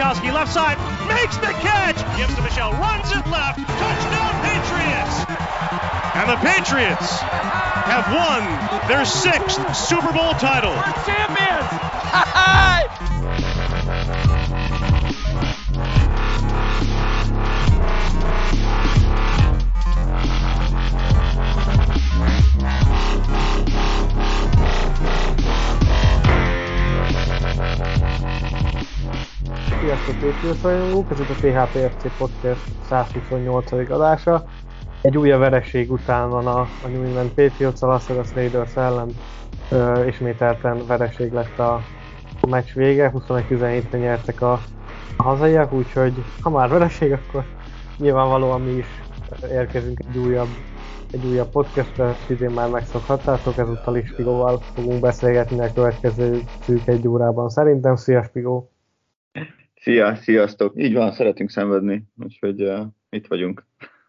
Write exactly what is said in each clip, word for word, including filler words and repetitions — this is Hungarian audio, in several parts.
Gronkowski left side, makes the catch, gives to Michel, runs it left, touchdown Patriots! And the Patriots have won their sixth Super Bowl title. We're champions! Sziasztok, Patriots rajongók! Ez itt a té há pé ef cé Podcast százhuszonnyolcadik adása. Egy újabb vereség után van a, a New England Patriots, a Las Vegas Raiders ellen ö, ismételten vereség lett a, a meccs vége. huszonegy tizenhétre nyertek a, a hazaiak, úgyhogy ha már vereség, akkor nyilvánvalóan mi is érkezünk egy újabb, egy újabb podcastra, ezt idén már megszokhattátok, ezúttal is Spigóval fogunk beszélgetni a következő szűk egy órában szerintem. Szia Spigó! Szia, sziasztok! Így van, szeretünk szenvedni, úgyhogy uh, itt vagyunk.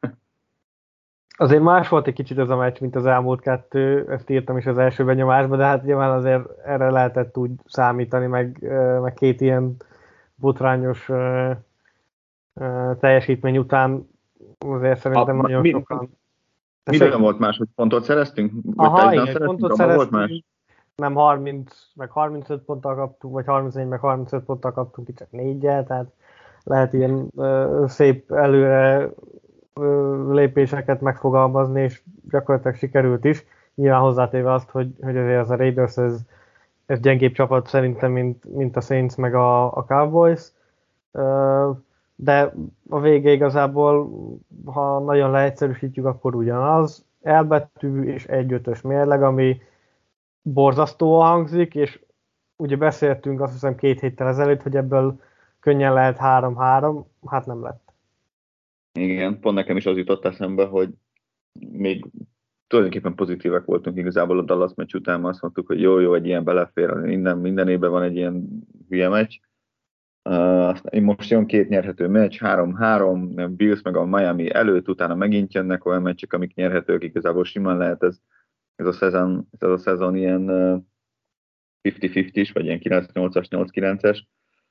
Azért más volt egy kicsit ez a meccs, mint az elmúlt kettő, ezt írtam is az első benyomásban, de hát nyilván azért erre lehetett úgy számítani, meg, meg két ilyen botrányos uh, uh, teljesítmény után azért szerintem a, nagyon mi, sokan... Minden volt más, hogy pontot szereztünk? Aha, igen, pontot szereztünk. Nem harminc, meg harmincöt ponttal kaptunk, vagy harmincnégy, meg harmincöt ponttal kaptunk, itt csak négyel, tehát lehet ilyen ö, szép előre ö, lépéseket megfogalmazni, és gyakorlatilag sikerült is. Nyilván hozzátéve azt, hogy, hogy azért ez a Raiders, ez, ez gyengébb csapat szerintem, mint, mint a Saints, meg a, a Cowboys. Ö, de a vége igazából, ha nagyon leegyszerűsítjük, akkor ugyanaz. Elbetű és egy ötös mérleg, ami borzasztóan hangzik, és ugye beszéltünk azt hiszem két héttel ezelőtt, hogy ebből könnyen lehet három-három, hát nem lett. Igen, pont nekem is az jutott eszembe, hogy még tulajdonképpen pozitívek voltunk igazából a Dallas meccs után, azt mondtuk, hogy jó-jó, egy ilyen belefér, minden, minden évben van egy ilyen hülye meccs. Uh, most jön két nyerhető meccs, három-három, Bills meg a Miami előtt, utána megint jönnek olyan meccsek, amik nyerhetők, igazából simán lehet ez Ez a szezon, ez a szezon ilyen uh, ötven-ötven-is, vagy ilyen kilenc nyolcas, nyolc kilences.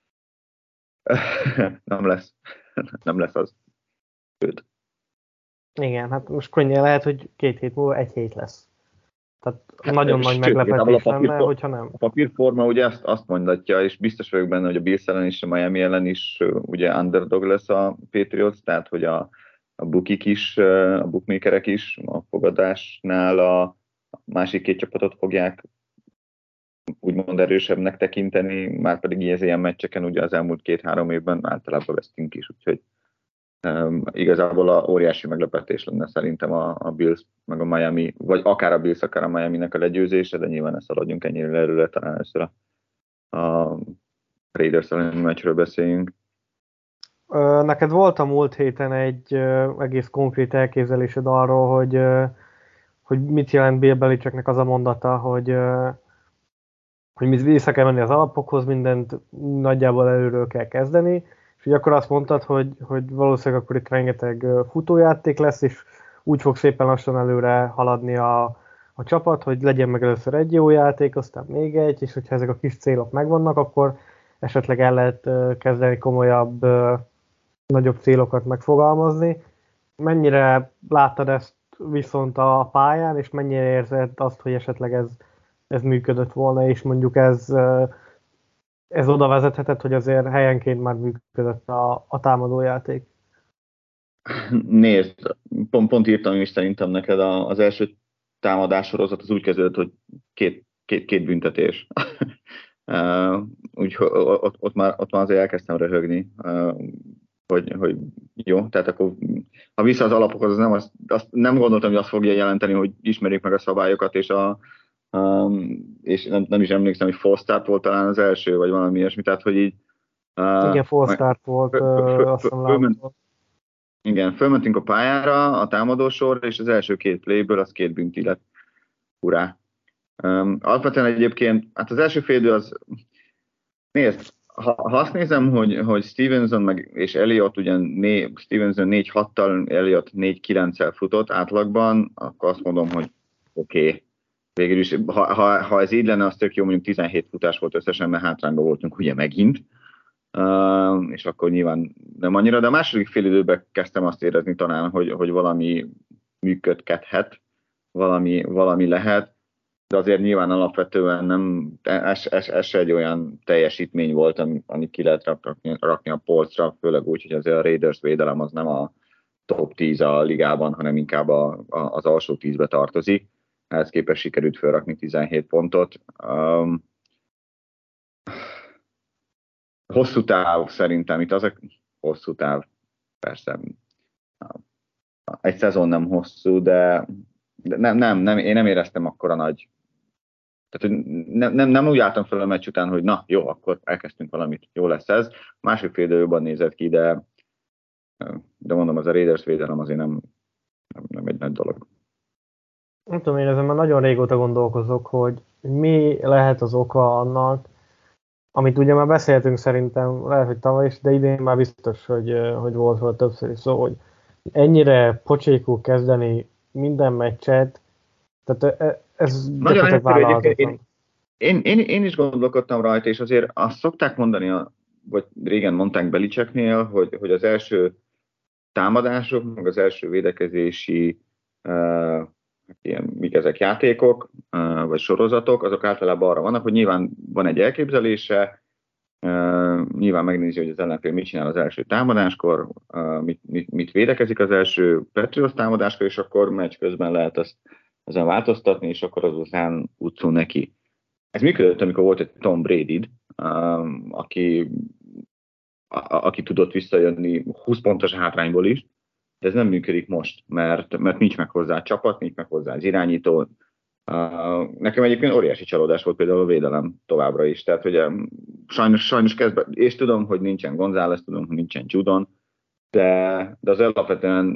nem lesz. nem lesz az. Sőt. Igen, hát most könnyen lehet, hogy két hét múlva egy hét lesz. Tehát hát, nagyon nagy meglepetés lenne, hogyha nem. A papírforma ugye azt, azt mondatja, és biztos vagyok benne, hogy a Bills ellen is, a Miami ellen is ugye underdog lesz a Patriots, tehát hogy a, a bookik is, a bookmakerek is a fogadásnál a másik két csapatot fogják úgymond erősebbnek tekinteni, már pedig ilyen meccseken ugye az elmúlt két-három évben általában vesztünk is, úgyhogy um, igazából a óriási meglepetés lenne szerintem a, a Bills meg a Miami, vagy akár a Bills, akár a Miaminek a legyőzése, de nyilván ne szaladjunk ennyire előre, talán először a, a Raiders elleni meccsről beszéljünk. Neked volt a múlt héten egy uh, egész konkrét elképzelésed arról, hogy uh, hogy mit jelent Bill Belichicknek az a mondata, hogy, hogy vissza kell menni az alapokhoz, mindent nagyjából előről kell kezdeni, és hogy akkor azt mondtad, hogy, hogy valószínűleg akkor itt rengeteg futójáték lesz, és úgy fog szépen lassan előre haladni a, a csapat, hogy legyen meg először egy jó játék, aztán még egy, és hogyha ezek a kis célok megvannak, akkor esetleg el lehet kezdeni komolyabb, nagyobb célokat megfogalmazni. Mennyire láttad ezt viszont a pályán, és mennyire érzed azt, hogy esetleg ez, ez működött volna, és mondjuk ez, ez oda vezethetett, hogy azért helyenként már működött a, a támadójáték? Nézd, pont, pont írtam is szerintem neked, az első támadássorozat az úgy kezdődött, hogy két, két, két büntetés. Úgyhogy ott, ott, már, ott már azért elkezdtem röhögni. Hogy, hogy jó, tehát akkor ha vissza az alapokhoz, az nem, azt, azt nem gondoltam, hogy azt fogja jelenteni, hogy ismerjük meg a szabályokat, és, a, um, és nem, nem is emlékszem, hogy false start volt talán az első, vagy valami ilyesmi, tehát hogy így... Uh, igen, false start volt, föl, föl, föl, azt hiszem fölment, igen, fölmentünk a pályára, a támadósor, és az első két playből az két bünti lett. Urá! Um, alapvetően egyébként, hát az első félidő az... Nézd, Ha, ha azt nézem, hogy, hogy Stevenson meg, és Elliott ugyan né, Stevenson négy hattal, Elliott négy kilenccel futott átlagban, akkor azt mondom, hogy oké. Okay. Végül is, ha, ha, ha ez így lenne, az tök jó, mondjuk tizenhét futás volt összesen, mert hátrányban voltunk ugye megint. és akkor nyilván nem annyira, de a második fél időben kezdtem azt érezni talán, hogy, hogy valami működhet, valami, valami lehet, de azért nyilván alapvetően nem, ez, ez, ez se egy olyan teljesítmény volt, ami, ami ki lehet rakni, rakni a polcra, főleg úgy, hogy azért a Raiders védelem az nem a top tíz a ligában, hanem inkább a, a, az alsó tízbe tartozik. Ehhez képest sikerült felrakni tizenhét pontot. Um, hosszú táv szerintem, itt az a hosszú táv, persze egy szezon nem hosszú, de, de nem, nem, nem, én nem éreztem akkora nagy. Tehát hogy nem, nem, nem úgy álltam fel a meccs után, hogy na jó, akkor elkezdtünk valamit, jó lesz ez. Másik fél idő jobban nézett ki, de, de mondom, az a Raiders védelem azért nem, nem, nem egy nagy dolog. Nem tudom, én ezen már nagyon régóta gondolkozok, hogy mi lehet az oka annak, amit ugye már beszéltünk szerintem, lehet, hogy tavaly is, de idén már biztos, hogy, hogy volt volt többször is szó, hogy ennyire pocsékul kezdeni minden meccset, tehát ez nagyon vállalhatatlan. Én, én, én is gondolkodtam rajta, és azért azt szokták mondani, vagy régen mondták Belichicknél, hogy, hogy az első támadások, meg az első védekezési uh, ilyen, mik ezek játékok, uh, vagy sorozatok, azok általában arra vannak, hogy nyilván van egy elképzelése, uh, nyilván megnézi, hogy az ellenfél mit csinál az első támadáskor, uh, mit, mit, mit védekezik az első Patriots támadáskor, és akkor meccs közben lehet azt ezen változtatni, és akkor az aztán utcú neki. Ez működött, amikor volt egy Tom Brady, um, aki, a, aki tudott visszajönni húsz pontos hátrányból is, de ez nem működik most, mert, mert nincs meg hozzá a csapat, nincs meg hozzá az irányító. Uh, nekem egyébként óriási csalódás volt például a védelem továbbra is, tehát ugye sajnos, sajnos kezdve, és tudom, hogy nincsen González, tudom, hogy nincsen Judon, de, de az alapvetően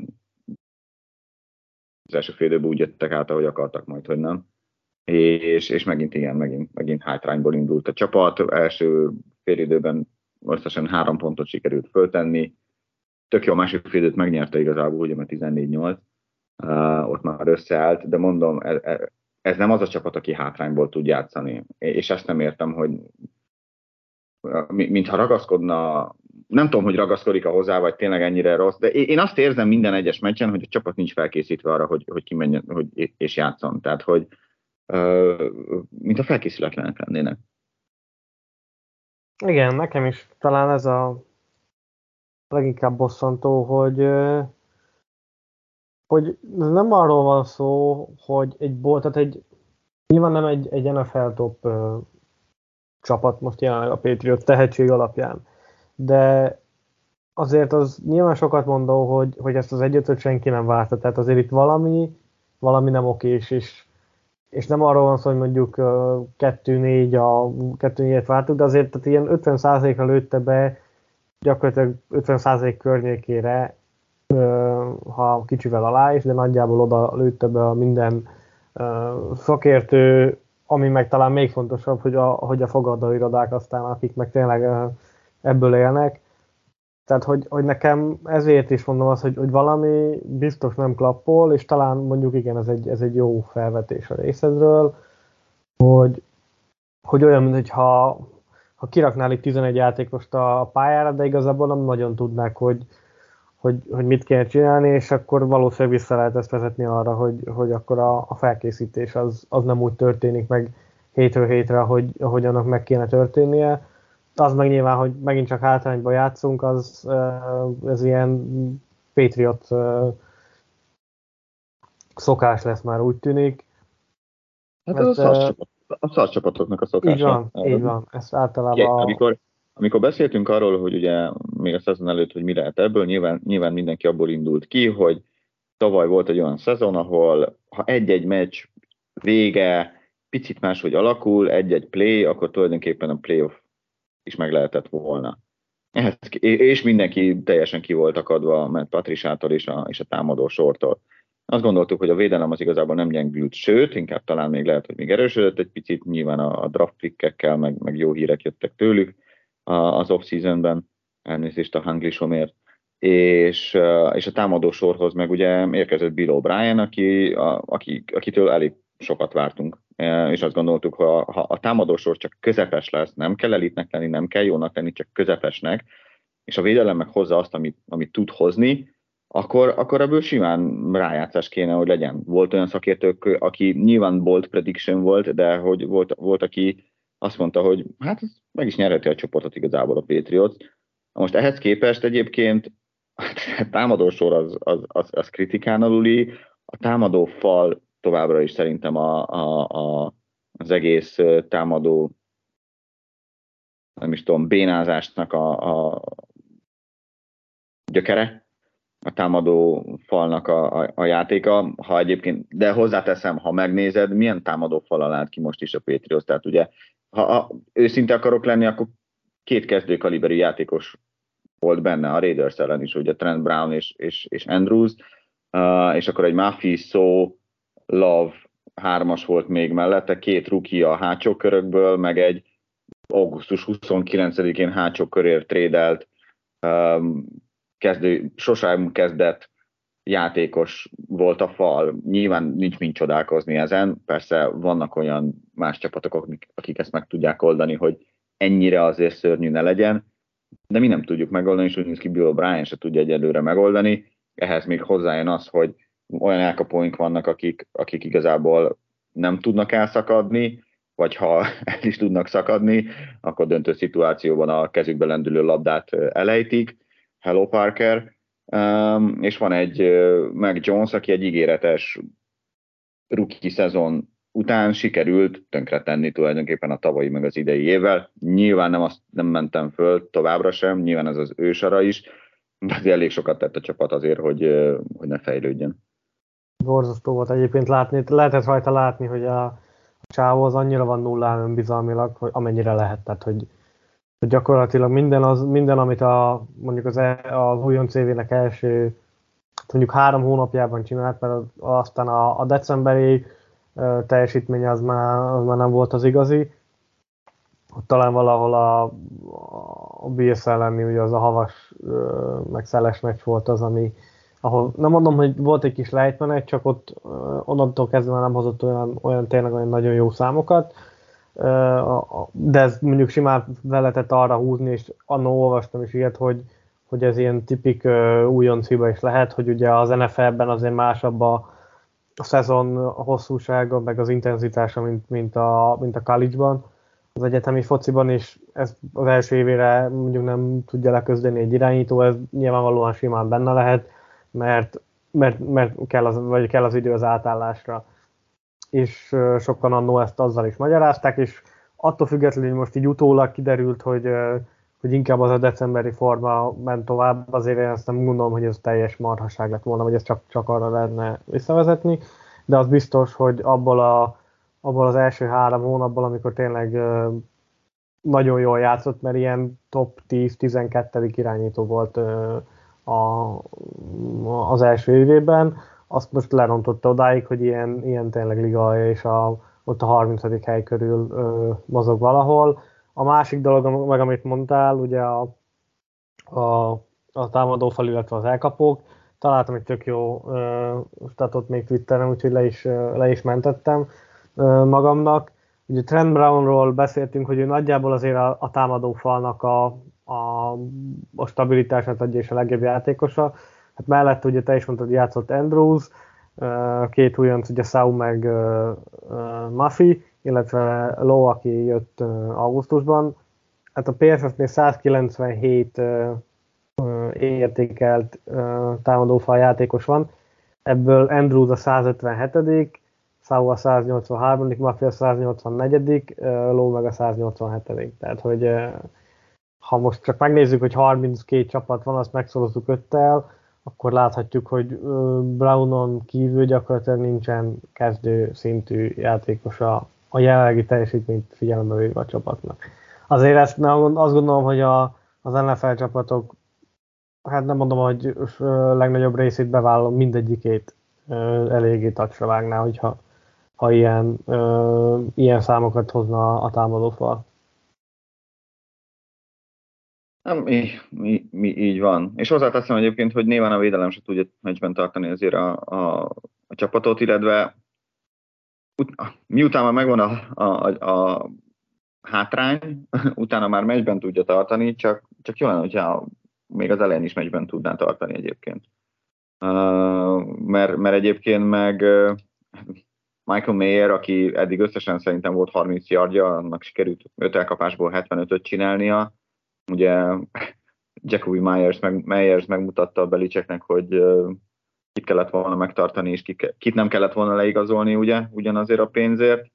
az első fél időben úgy jöttek át, ahogy akartak, majd, hogy nem. És, és megint igen, megint, megint hátrányból indult a csapat. Első fél időben összesen három pontot sikerült föltenni. Tök jó, a másik fél időt megnyerte igazából, ugye, mert tizennégy nyolc. Uh, ott már összeállt, de mondom, ez, ez nem az a csapat, aki hátrányból tud játszani. És ezt nem értem, hogy mintha ragaszkodna, nem tudom, hogy ragaszkodik a hozzá, vagy tényleg ennyire rossz, de én azt érzem minden egyes meccsen, hogy a csapat nincs felkészítve arra, hogy, hogy kimenjen hogy, és játszon. Tehát, hogy uh, mintha felkészületlenek lennének. Igen, nekem is talán ez a leginkább bosszantó, hogy, hogy nem arról van szó, hogy egy bolt, tehát egy, nyilván nem egy, egy en ef el top uh, csapat most jelenleg a Patriots tehetség alapján, de azért az nyilván sokat mondó, hogy, hogy ezt az egyötöt senki nem várta, tehát azért itt valami, valami nem okés, és, és nem arról van szó, hogy mondjuk kettő négy a kettő négyet vártuk, de azért tehát ilyen ötven százalékra lőtte be, gyakorlatilag ötven százalék környékére, ha kicsivel alá is, de nagyjából oda lőtte be a minden szakértő, ami meg talán még fontosabb, hogy a, hogy a fogadóirodák aztán, akik meg tényleg ebből élnek. Tehát, hogy, hogy nekem ezért is mondom azt, hogy, hogy valami biztos nem klappol, és talán mondjuk igen, ez egy, ez egy jó felvetés a részedről, hogy, hogy olyan, mintha ha kiraknál itt tizenegy játékost a pályára, de igazából nem nagyon tudnák, hogy, hogy, hogy mit kéne csinálni, és akkor valószínűleg vissza lehet ezt vezetni arra, hogy, hogy akkor a, a felkészítés az, az nem úgy történik meg hétről hétre, ahogy, ahogy annak meg kéne történnie. Az meg nyilván, hogy megint csak hátrányban játszunk, az ez ilyen Patriot szokás lesz már, úgy tűnik. Hát ez Mert, a szarcsapat, a szarcsapatoknak a szokása. Így van, így van. Ez általában... Ja, amikor, amikor beszéltünk arról, hogy ugye még a szezon előtt, hogy mi lehet ebből, nyilván, nyilván mindenki abból indult ki, hogy tavaly volt egy olyan szezon, ahol ha egy-egy meccs vége picit máshogy alakul, egy-egy play, akkor tulajdonképpen a playoff is meg lehetett volna. Ehhez, és mindenki teljesen ki volt akadva Matt Patriciától és a, és a támadó sortól. Azt gondoltuk, hogy a védelem az igazából nem gyengült, sőt, inkább talán még lehet, hogy még erősödött egy picit, nyilván a, a draft pickekkel, meg, meg jó hírek jöttek tőlük az off-seasonben, elnézést a hanglisomért, és, és a támadó sorhoz meg ugye érkezett Bill O'Brien, aki, a, aki, akitől elég sokat vártunk, és azt gondoltuk, ha, ha a támadósor csak közepes lesz, nem kell elitnek lenni, nem kell jónak lenni, csak közepesnek, és a védelem meg hozza azt, amit, amit tud hozni, akkor, akkor ebből simán rájátszás kéne, hogy legyen. Volt olyan szakértők, aki nyilván bold prediction volt, de hogy volt, volt aki azt mondta, hogy hát meg is nyerheti a csoportot igazából a Patriots. Most ehhez képest egyébként a támadósor az, az, az, az kritikán aluli, a támadó fal továbbra is szerintem a, a, a, az egész támadó, nem is tudom, bénázásnak a, a gyökere, a támadó falnak a, a, a játéka, ha egyébként, de hozzáteszem, ha megnézed, milyen támadó falal állt ki most is a Patriots, tehát ugye, ha, ha őszinte akarok lenni, akkor két kezdőkaliberű játékos volt benne a Raiders ellen is, ugye Trent Brown és, és, és Andrews, uh, és akkor egy Maffey, So, Love hármas volt még mellette, két rookie a hátsó körökből, meg egy augusztus huszonkilencedikén hátsó körért trédelt, um, kezdő, sosem kezdett játékos volt a fal. Nyilván nincs mind csodálkozni ezen, persze vannak olyan más csapatok, akik, akik ezt meg tudják oldani, hogy ennyire azért szörnyű ne legyen, de mi nem tudjuk megoldani, és úgy néz ki Bill O'Brien se tudja egyelőre megoldani. Ehhez még hozzájön az, hogy olyan elkapóink vannak, akik, akik igazából nem tudnak elszakadni, vagy ha el is tudnak szakadni, akkor döntő szituációban a kezükbe lendülő labdát elejtik. Hello Parker. Um, és van egy uh, Mac Jones, aki egy ígéretes rookie szezon után sikerült tönkretenni tulajdonképpen a tavalyi meg az idei évvel. Nyilván nem, azt, nem mentem föl továbbra sem, nyilván ez az ősara is, de azért elég sokat tett a csapat azért, hogy, uh, hogy ne fejlődjön. Borzasztó volt egyébként látni, lehetett rajta látni, hogy a, a csávó az annyira van nullán önbizalmilag, hogy amennyire lehet, tehát hogy, hogy gyakorlatilag minden, az, minden amit a, mondjuk az, az újon cé vének első mondjuk három hónapjában csinált, mert aztán a, a decemberi uh, teljesítménye az már, az már nem volt az igazi. Ott talán valahol a, a bé es elleni, ugye az a havas uh, meg szeles meccs volt az, ami ahol nem mondom, hogy volt egy kis lejtmenet, csak ott uh, onnantól kezdve nem hozott olyan, olyan tényleg olyan nagyon jó számokat, uh, de ez mondjuk simán fel lehetett arra húzni, és annól olvastam is ilyet, hogy, hogy ez ilyen tipik uh, újonc hiba is lehet, hogy ugye az en ef el-ben azért másabb a, a szezon hosszúsága, meg az intenzitása, mint, mint a, mint a college-ban. Az egyetemi fociban is ez az első évére mondjuk nem tudja leközdeni egy irányító, ez nyilvánvalóan simán benne lehet, mert, mert, mert kell, az, vagy kell az idő az átállásra. És uh, sokan annó ezt azzal is magyarázták, és attól függetlenül, hogy most így utólag kiderült, hogy, uh, hogy inkább az a decemberi forma ment tovább, azért én ezt nem gondolom, hogy ez teljes marhaság lett volna, vagy ez csak, csak arra lehetne visszavezetni, de az biztos, hogy abból, a, abból az első három hónapból, amikor tényleg uh, nagyon jól játszott, mert ilyen top tíz-tizenkettő irányító volt uh, A, az első évében, azt most lerontotta odáig, hogy ilyen, ilyen tényleg liga, és a, ott a harmincadik hely körül ö, mozog valahol. A másik dolog, meg amit mondtál, ugye a, a, a támadófal, illetve az elkapók, találtam egy tök jó ö, statot még Twitteren, úgyhogy le is, ö, le is mentettem ö, magamnak. Ugye Trent Brownról beszéltünk, hogy ő nagyjából azért a, a támadófalnak a A, a stabilitását adja és a legjobb játékosa. Hát mellett ugye te is mondtad, hogy játszott Andrews, két újonc, ugye Sau meg uh, Maffey, illetve Lowe, aki jött uh, augusztusban. Hát a pé ef ef-nél száz kilencvenhét uh, értékelt uh, támadófal játékos van, ebből Andrews a száz ötvenhetedik, Sau a száz nyolcvanharmadik, Maffey a száz nyolcvannegyedik, uh, Lowe meg a száz nyolcvanhetedik. Tehát, hogy uh, ha most csak megnézzük, hogy harminckét csapat van, azt megszorozzuk öttel, akkor láthatjuk, hogy Brownon kívül gyakorlatilag nincsen kezdő szintű játékosa a jelenlegi teljesítményt figyelembe véve a csapatnak. Azért ezt, azt gondolom, hogy a, az en ef el csapatok, hát nem mondom, hogy legnagyobb részét bevállalom, mindegyikét eléggé tacsra vágná, hogyha ha ilyen, ilyen számokat hozna a támadófal. Mi, mi, mi, így van. És hozzáteszem egyébként, hogy nyilván a védelem se tudja meccsben tartani azért a, a, a csapatot, illetve miután már megvan a, a, a, a hátrány, utána már meccsben tudja tartani, csak, csak jó lenne, hogyha még az elején is meccsben tudná tartani egyébként. Uh, mert, mert egyébként meg uh, Michael Mayer, aki eddig összesen szerintem volt harminc yardja, annak sikerült öt elkapásból hetvenötöt csinálnia. Ugye Jacoby Myers, meg, Myers megmutatta a Belichicknek, hogy uh, kit kellett volna megtartani, és kit, kit nem kellett volna leigazolni, ugye, ugyanazért a pénzért.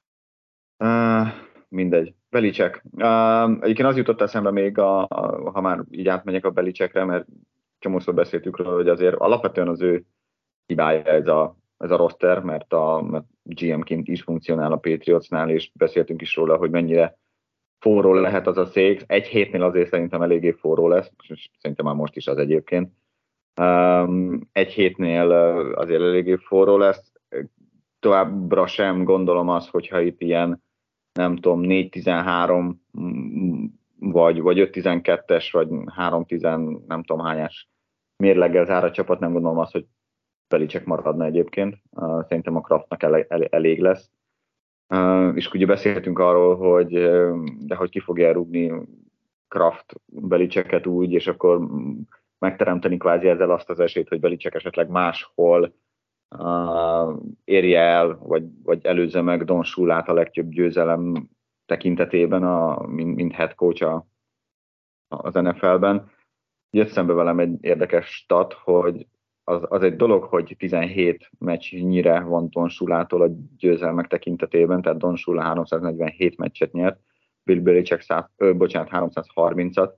Uh, mindegy. Belichick. Uh, egyébként az jutott eszembe még, a, a, ha már így átmegyek a Belichickre, mert csomószor beszéltük róla, hogy azért alapvetően az ő hibája ez a, ez a roster, mert a mert gé em-ként is funkcionál a Patriotsnál, és beszéltünk is róla, hogy mennyire forró lehet az a szék. Egy hétnél azért szerintem eléggé forró lesz, és szerintem már most is az egyébként. Um, egy hétnél azért eléggé forró lesz. Továbbra sem gondolom azt, hogyha itt ilyen, nem tudom, négy tizenhárom vagy, vagy öt tizenkettes, vagy három tíz, nem tudom hányás mérleggel zár a csapat, nem gondolom azt, hogy Belichick maradna egyébként. Uh, szerintem a Kraftnak elég, elég lesz. Uh, és ugye beszéltünk arról, hogy de hogy ki fogja rúgni Kraft Belichicket úgy, és akkor megteremteni kvázi ezzel azt az esélyt, hogy Belichick esetleg máshol uh, érje el, vagy, vagy előzze meg Don Shulát a legtöbb győzelem tekintetében, a, mint, mint head coach a, az en ef el-ben. Jött szembe velem egy érdekes stat, hogy az, az egy dolog, hogy tizenhét meccsnyire van Don Shulától a győzelmek tekintetében, tehát Don Shula háromszáznegyvenhét meccset nyert, Bill Belichick száz, ö, bocsánat, háromszázharmincat,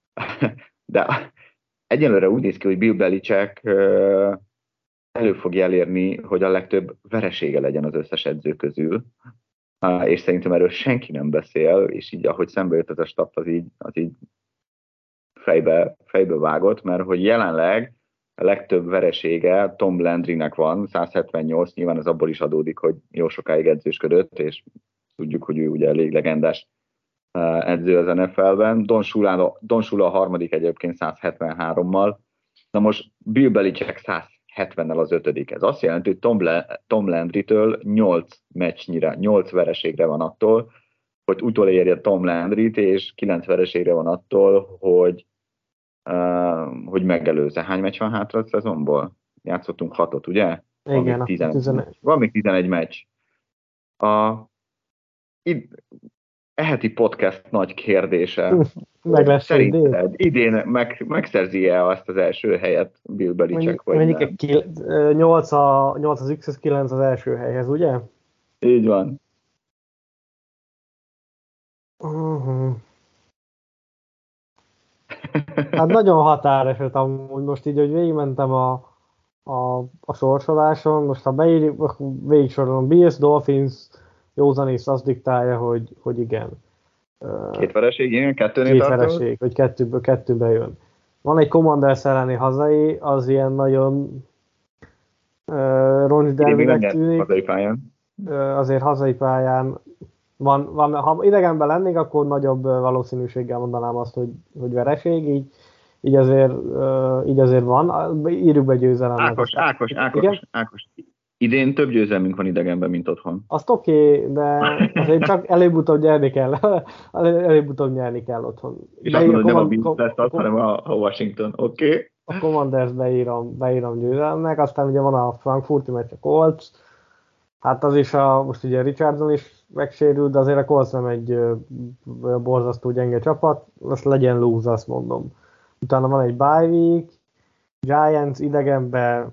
de egyelőre úgy néz ki, hogy Bill Belichick ö, elő fogja elérni, hogy a legtöbb veresége legyen az összes edző közül, uh, és szerintem erről senki nem beszél, és így ahogy szembe jött ez a stat, az így, az így fejbe, fejbe vágott, mert hogy jelenleg a legtöbb veresége Tom Landrynek van, száz hetvennyolc, nyilván ez abból is adódik, hogy jó sokáig edzősködött, és tudjuk, hogy ő ugye elég legendás edző az en ef el-ben. Don Shula, Don Shula a harmadik egyébként száz hetvenhárommal. Na most Bill Belichick száz hetvennel az ötödik. Ez azt jelenti, hogy Tom, Le- Tom Landrytől nyolc meccsnyire, nyolc vereségre van attól, hogy utolérje Tom Landryt, és kilenc vereségre van attól, hogy Uh, hogy megelőzze. Hány meccs van hátra a szezonból? Játszottunk hatot, ugye? Igen, van még tizenegy, tizenegy. Van még tizenegy meccs. A id, eheti podcast nagy kérdése. Meg lesz szerinted idén meg, megszerzi-e azt az első helyet Bill Belichick, vagy mondjuk nem? Ki, nyolc, a, nyolc az X-hez, kilenc az első helyhez, ugye? Így van. Uh-huh. Hát nagyon határeset amúgy most így, hogy végigmentem a, a, a sorsoláson, most ha beírjuk, akkor végig sorolom, Bills, Dolphins, józanész azt diktálja, hogy, hogy igen. Két vereség, igen? Kettőnél Két tartod? vereség, hogy kettőből kettőbe jön. Van egy Commanders elleni hazai, az ilyen nagyon uh, roncsdervinek tűnik. Hazai pályán. Uh, azért hazai pályán van, van, ha idegenben lennék, akkor nagyobb valószínűséggel mondanám azt, hogy, hogy vereség, így, így, azért, uh, így azért van. Írjuk be győzelemnek. Ákos, Ákos, Ákos, Ákos. Idén több győzelmünk van idegenben, mint otthon. Azt oké, okay, de azért csak előbb-utóbb nyerni kell. előbb-utóbb nyerni kell otthon. És azt mondod, hogy nem a Bills lesz az, hanem a Washington, oké? Okay. A Commanders beírom, beírom győzelemnek, aztán ugye van a Frankfurti meccs, a Colts. Hát az is, a, most ugye Richardson is megsérült, de azért a Colts nem egy ö, borzasztó gyenge csapat, azt legyen lose, azt mondom. Utána van egy bye week, Giants idegenbe,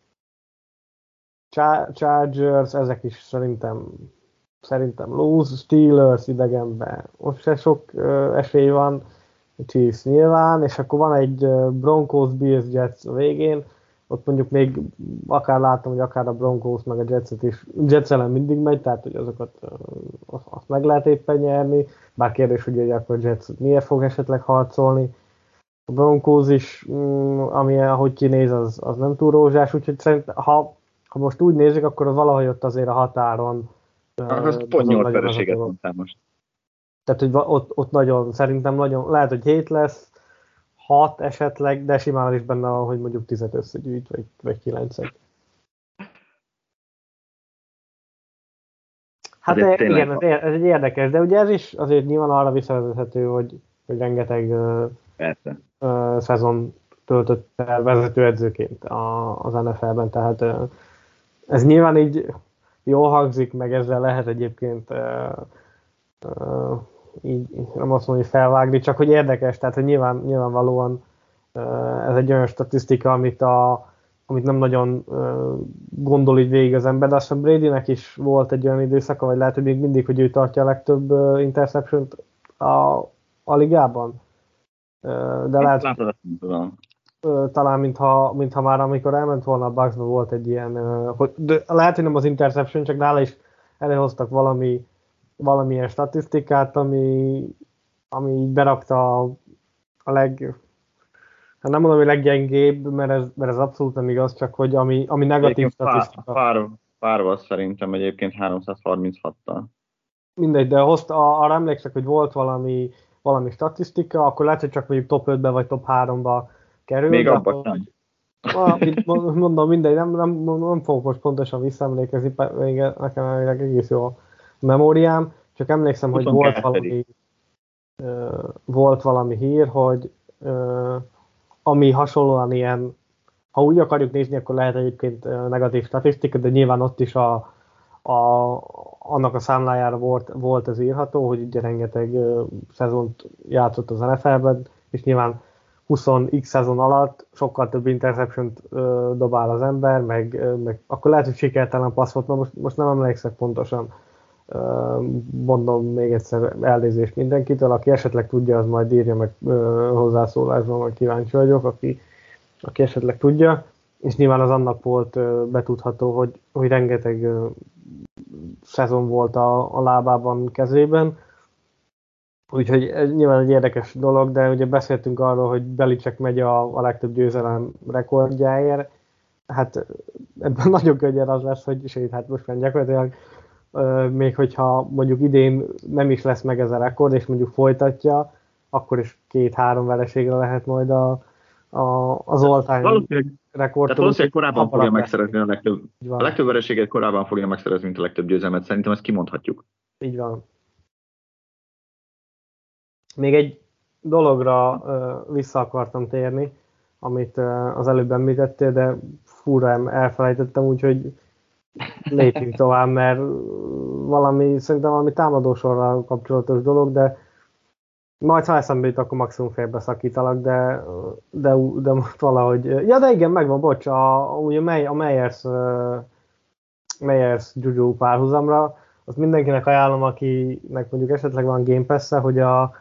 Chargers, ezek is szerintem szerintem lose, Steelers idegenbe, most se sok ö, esély van, Chiefs nyilván, és akkor van egy Broncos, Bills, Jets a végén, ott mondjuk még akár látom, hogy akár a Broncos meg a Jetset is, Jets ellen mindig megy, tehát hogy azokat azt meg lehet éppen nyerni, bár kérdés, hogy akkor a Jets miért fog esetleg harcolni. A Broncos is, ami ahogy kinéz, az, az nem túl rózsás, úgyhogy szerintem, ha, ha most úgy nézzük, akkor az valahogy ott azért a határon. Az pont nyolc vereséget mondtál most. Tehát, hogy ott, ott nagyon, szerintem nagyon, lehet, hogy hét lesz, hat esetleg, de simán is benne van, hogy mondjuk tízet összegyűjt, vagy, vagy kilencet. Hát e, igen, ez, ez egy érdekes, de ugye ez is azért nyilván arra visszavezethető, hogy, hogy rengeteg uh, uh, szezon töltött el vezetőedzőként a, az en ef el-ben, tehát uh, ez nyilván így jól hangzik, meg ezzel lehet egyébként uh, uh, így nem azt mondom, hogy felvágni, csak hogy érdekes, tehát hogy nyilván, nyilvánvalóan uh, ez egy olyan statisztika, amit, a, amit nem nagyon uh, gondol így végig az ember, de azt hiszem Bradynek is volt egy olyan időszaka, vagy lehet, hogy még mindig, hogy ő tartja a legtöbb uh, interception-t a, a ligában. Uh, de lehet, látod, tudom. Uh, talán mintha, mintha már amikor elment volna a Bucksba volt egy ilyen, uh, hogy, de lehet, hogy nem az interception, csak nála is előhoztak valami valamilyen statisztikát, ami, ami így berakta a, a leg, hát nem mondom, hogy leggyengébb, mert ez, mert ez abszolút nem igaz, csak hogy ami, ami negatív egyébként statisztika. Pár, pár was szerintem egyébként háromszázharminchattal. Mindegy, de hozta, arra emlékszek, hogy volt valami, valami statisztika, akkor lehet, hogy csak mondjuk top ötbe vagy top háromba kerül. Még abban sem. Mondom, mindegy, nem, nem, nem fogok most pontosan visszaemlékezni, nekem egész jó a memóriám, csak emlékszem, hogy volt valami, uh, volt valami hír, hogy uh, ami hasonlóan ilyen, ha úgy akarjuk nézni, akkor lehet egyébként uh, negatív statisztika, de nyilván ott is a, a, annak a számlájára volt, volt ez írható, hogy ugye rengeteg uh, szezont játszott az en ef el-ben, és nyilván húsz x szezon alatt sokkal több interception-t uh, dobál az ember, meg, uh, meg akkor lehet, hogy sikertelen passz volt, most, most nem emlékszek pontosan. Mondom még egyszer elnézést mindenkitől, aki esetleg tudja, az majd írja meg hozzászólásban, majd kíváncsi vagyok, aki, aki esetleg tudja, és nyilván az annak volt betudható, hogy, hogy rengeteg szezon volt a, a lábában, kezében, úgyhogy ez nyilván egy érdekes dolog, de ugye beszéltünk arról, hogy Belichick megy a, a legtöbb győzelem rekordjáért, hát ebben nagyon könnyen az lesz, hogy sőt, hát most már gyakorlatilag Uh, még hogyha mondjuk idén nem is lesz meg ez a rekord, és mondjuk folytatja, akkor is két-három vereségre lehet majd a, a, az all-time rekord. Tehát valószínűleg korábban fogja megszerezni a legtöbb, a legtöbb vereséget korábban fogja megszerezni, mint a legtöbb győzelmet. Szerintem ezt kimondhatjuk. Így van. Még egy dologra uh, vissza akartam térni, amit uh, az előbb említettél, de fúra elfelejtettem, úgyhogy lépjünk tovább, mert valami, szerintem valami támadósorral kapcsolatos dolog, de majd ha eszembe jut, akkor maximum félbeszakítalak, de, de, de most valahogy... Ja, de igen, megvan, bocs, a, ugye a Meyers, uh, Meyers Juju párhuzamra, azt mindenkinek ajánlom, akinek mondjuk esetleg van Game Pass-e, hogy a,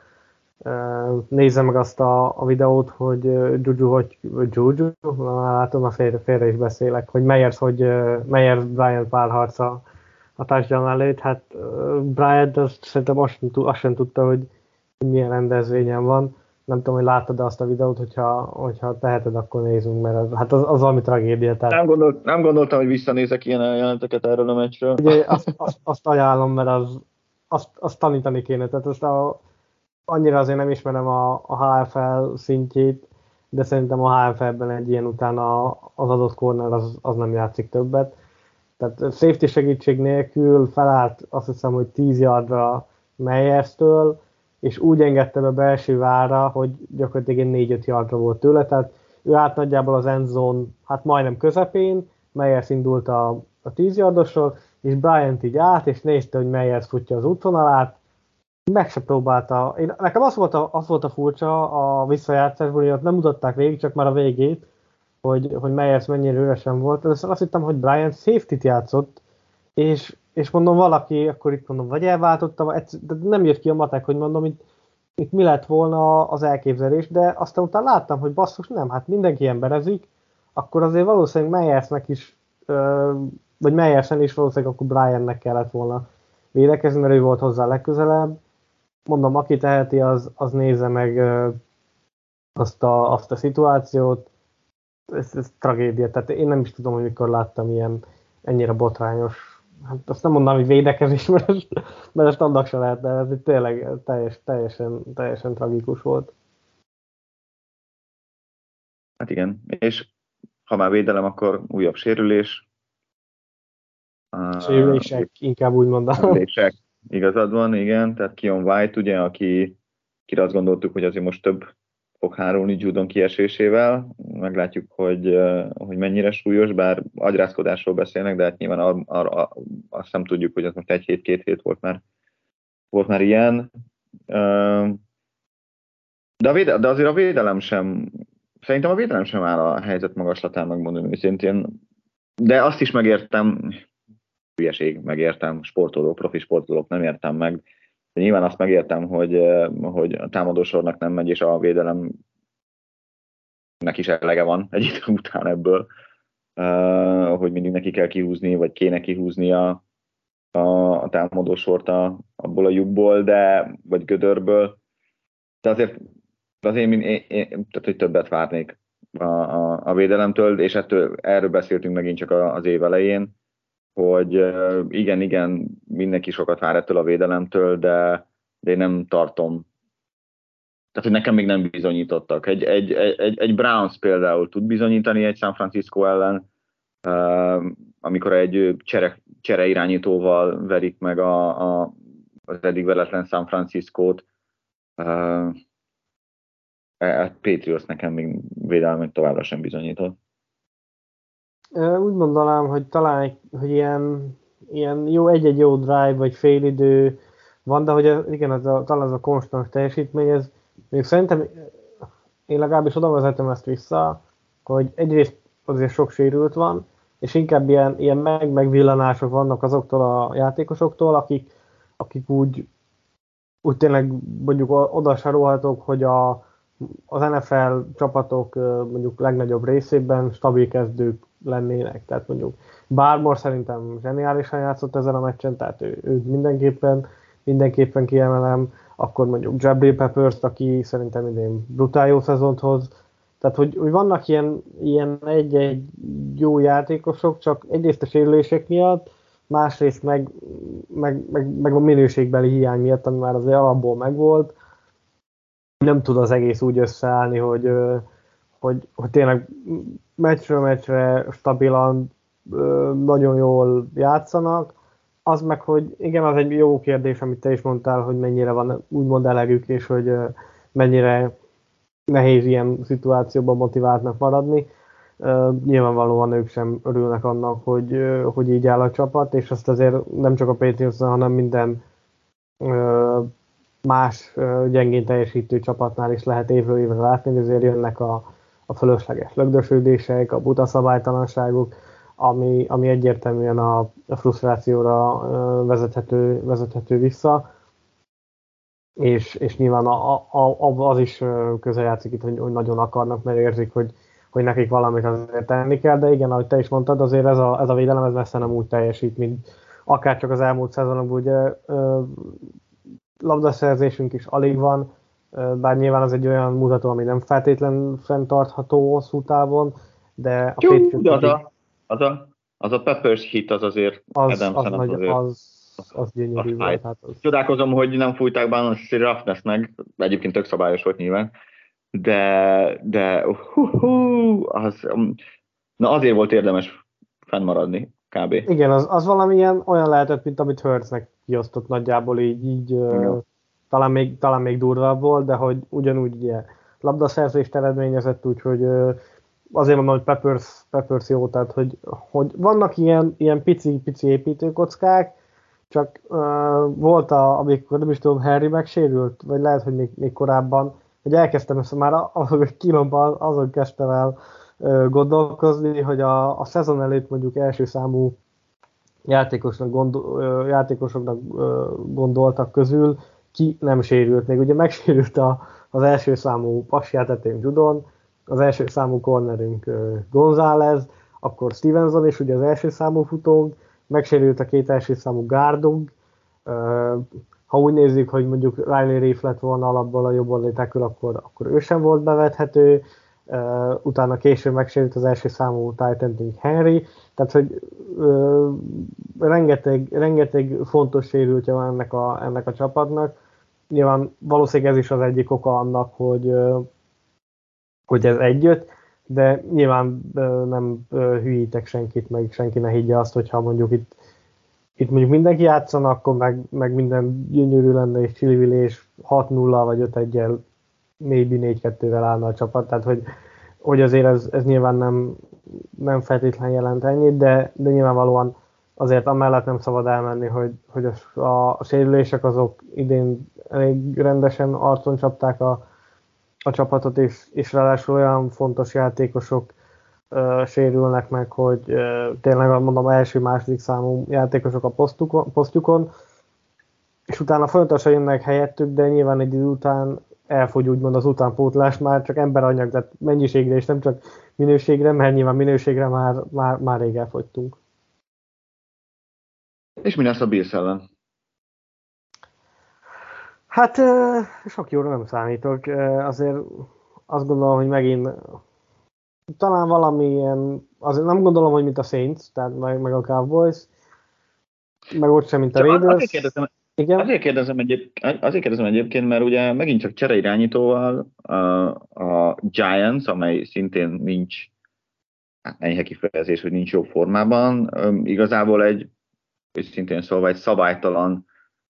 uh, nézze meg azt a, a videót, hogy uh, Juju, hogy Juju, na, látom, a félre, félre is beszélek, hogy Meyers, hogy uh, Meyers Bryant párharca a touchdown előtt, hát uh, Bryant azt szerintem azt sem, azt sem tudta, hogy milyen rendezvényen van. Nem tudom, hogy láttad azt a videót, hogyha, hogyha teheted, akkor nézzünk, mert az, hát az, az valami tragédia. Tehát... Nem, gondolt, nem gondoltam, hogy visszanézek ilyen jelenteket erről a meccsről. Ugye azt, azt, azt ajánlom, mert az, azt, azt tanítani kéne. Tehát azt a, annyira azért nem ismerem a, a há ef el szintjét, de szerintem a há ef el-ben egy ilyen után a, az adott corner az, az nem játszik többet. Tehát safety segítség nélkül felállt azt hiszem, hogy tíz yardra Meyerstől, és úgy engedte be belső vára, hogy gyakorlatilag négy-öt yardra volt tőle, tehát ő állt nagyjából az end zone, hát majdnem közepén, Meyers indult a, a tíz yardosról, és Bryant így állt, és nézte, hogy Meyers futja az útvonalát, meg se próbálta. Én, nekem az volt, a, az volt a furcsa a visszajátszásból, hogy nem mutatták végig, csak már a végét, hogy, hogy Meyers mennyire üresen volt. Először azt hittem, hogy Bryant safety-t játszott, és és mondom, valaki, akkor itt mondom, vagy elváltotta, de nem jött ki a matek, hogy mondom, itt, itt mi lett volna az elképzelés, de aztán utána láttam, hogy basszus, nem, hát mindenki emberezik, akkor azért valószínűleg Meyersnek is, vagy Meyersen is valószínűleg akkor Bryantnek kellett volna védekezni, mert ő volt hozzá legközelebb. Mondom, aki teheti, az, az nézze meg azt a, azt a szituációt. Ez, ez tragédia, tehát én nem is tudom, hogy mikor láttam ilyen ennyire botrányos. Hát azt nem mondanám, hogy védekezés, mert ezt, mert ezt annak se lehet, de ez tényleg teljes, teljesen, teljesen tragikus volt. Hát igen, és ha már védelem, akkor újabb sérülés. Sérülések, uh, inkább úgy mondanám. Sérülések, igazad van, igen. Tehát Keon White, ugye, aki, akire azt gondoltuk, hogy azért most több fog hárulni Judon kiesésével. Meglátjuk, hogy, hogy mennyire súlyos, bár agyrázkodásról beszélnek, de hát nyilván ar, ar, ar, azt nem tudjuk, hogy az most egy hét, két hét volt már, volt már ilyen. De, a véde, de azért a védelem sem, szerintem a védelem sem áll a helyzet magaslatán, megmondom őszintén. De azt is megértem, hülyeség, megértem, sportolók, profi sportolók nem értem meg. De nyilván azt megértem, hogy, hogy a támadósornak nem megy, és a védelemnek is elege van egy idő után ebből, hogy mindig neki kell kihúzni, vagy kéne kihúzni a, a, a támadósort a, abból a lyukból, de, vagy gödörből. De azért, azért én, én, én, tehát, hogy többet várnék a, a, a védelemtől, és ettől, erről beszéltünk megint csak az év elején, hogy igen, igen, mindenki sokat vár ettől a védelemtől, de, de én nem tartom. Tehát, hogy nekem még nem bizonyítottak. Egy, egy, egy, egy Browns például tud bizonyítani egy San Francisco ellen, amikor egy csere, csere irányítóval verik meg a, a, az eddig veretlen San Franciscót. A Patriots nekem még védelmet továbbra sem bizonyított. Úgy mondanám, hogy talán hogy ilyen, ilyen jó, egy-egy jó drive, vagy félidő van, de hogy igen, az a, talán az a konstans teljesítmény, ez még szerintem, én legalábbis oda vezetem ezt vissza, hogy egyrészt azért sok sérült van, és inkább ilyen, ilyen meg, megvillanások vannak azoktól a játékosoktól, akik, akik úgy, úgy tényleg mondjuk oda sarolhatók, hogy a, az en ef el csapatok mondjuk legnagyobb részében stabil kezdők lennének. Tehát mondjuk Barmore szerintem zseniálisan játszott ezen a meccsen, tehát ő, ő mindenképpen, mindenképpen kiemelem. Akkor mondjuk Jabril Peppers, aki szerintem idén brutál jó szezont hoz. Tehát, hogy, hogy vannak ilyen, ilyen egy-egy jó játékosok, csak egyrészt a sérülések miatt, másrészt meg, meg, meg, meg a minőségbeli hiány miatt, ami már azért alapból megvolt. Nem tud az egész úgy összeállni, hogy, hogy, hogy tényleg meccsről meccsre stabilan, nagyon jól játszanak. Az meg, hogy igen, az egy jó kérdés, amit te is mondtál, hogy mennyire van úgymond elegük, és hogy mennyire nehéz ilyen szituációban motiváltnak maradni. Nyilvánvalóan ők sem örülnek annak, hogy, hogy így áll a csapat, és azt azért nem csak a Patriots, hanem minden más gyengén teljesítő csapatnál is lehet évről évre látni, hogy azért jönnek a, a fölösleges lögdösödések, a buta szabálytalanságok, ami, ami egyértelműen a, a frusztrációra vezethető, vezethető vissza. És, és nyilván a, a, az is közel játszik itt, hogy, hogy nagyon akarnak, mert érzik, hogy, hogy nekik valamit azért tenni kell, de igen, ahogy te is mondtad, azért ez a, ez a védelem ez messze nem úgy teljesít, mint akár csak az elmúlt szezonokban, ugye labdaszerzésünk is alig van, bár nyilván az egy olyan mutató, ami nem feltétlenül fenntartható hosszú távon, de a Jó, de az, a, az, a, az a Peppers hit az azért az, az, nagy, azért, az, az gyönyörű volt. Hát az... Csodálkozom, hogy nem fújták Bouncy Roughness-nek, egyébként tök szabályos volt nyilván, de, de hú, hú, az, na azért volt érdemes fennmaradni, kb. Igen, az, az valamilyen olyan lehetett, mint amit Hurtsnek kiosztott nagyjából így, így uh, talán, még, talán még durvább volt, de hogy ugyanúgy ugye labdaszerzést eredményezett, úgyhogy uh, azért mondom, hogy Peppers, Peppers jó, tehát hogy, hogy vannak ilyen, ilyen pici-pici építőkockák, csak uh, volt, a, amikor nem is tudom, Harry megsérült, vagy lehet, hogy még, még korábban, hogy elkezdtem ezt már azon a kilomban, azon kezdtem el uh, gondolkozni, hogy a, a szezon előtt mondjuk első számú játékosnak gondol, uh, játékosoknak uh, gondoltak közül, ki nem sérült. Még ugye megsérült a, az első számú passjátetőnk Judon, az első számú cornerünk uh, González, akkor Stevenson is ugye az első számú futónk, megsérült a két első számú gárdunk. Ha úgy nézzük, hogy mondjuk Riley Reef lett volna alapból a jobb oldali tackle, akkor, akkor ő sem volt bevethető. Utána később megsérült az első számú tight Henry. Tehát, hogy uh, rengeteg, rengeteg fontos sérültje van ennek a, ennek a csapatnak. Nyilván valószínűleg ez is az egyik oka annak, hogy, uh, hogy ez együtt. De nyilván uh, nem uh, hülyítek senkit, meg senki ne higgye azt, hogyha mondjuk itt itt mondjuk mindenki játszana, akkor meg, meg minden gyönyörű lenne, és csili és hat nulla vagy öt egyel, maybe négy kettővel állna a csapat, tehát hogy, hogy azért ez, ez nyilván nem, nem feltétlenül jelent ennyit, de, de nyilvánvalóan azért amellett nem szabad elmenni, hogy, hogy a, a, a sérülések azok idén elég rendesen arcon csapták a, a csapatot, és, és ráadásul olyan fontos játékosok uh, sérülnek meg, hogy uh, tényleg mondom első-második számú játékosok a posztukon, posztjukon, és utána folyamatosan jönnek helyettük, de nyilván egy idő után elfogy úgymond az utánpótlás, már csak emberanyag, tehát mennyiségre és nem csak minőségre, mert nyilván minőségre már, már, már rég elfogytunk. És mi lesz a Bills ellen? Hát sok jóra nem számítok. Azért azt gondolom, hogy megint talán valamilyen, azért nem gondolom, hogy mint a Saints, tehát meg, meg a Cowboys, meg ott sem, mint a Raiders. Azért kérdezem, Igen? Azért, kérdezem egyéb, azért kérdezem egyébként, mert ugye megint csak csereirányítóval a, a Giants, amely szintén nincs, hát enyhe kifejezés, hogy nincs jó formában, igazából egy, szintén szólva egy szabálytalan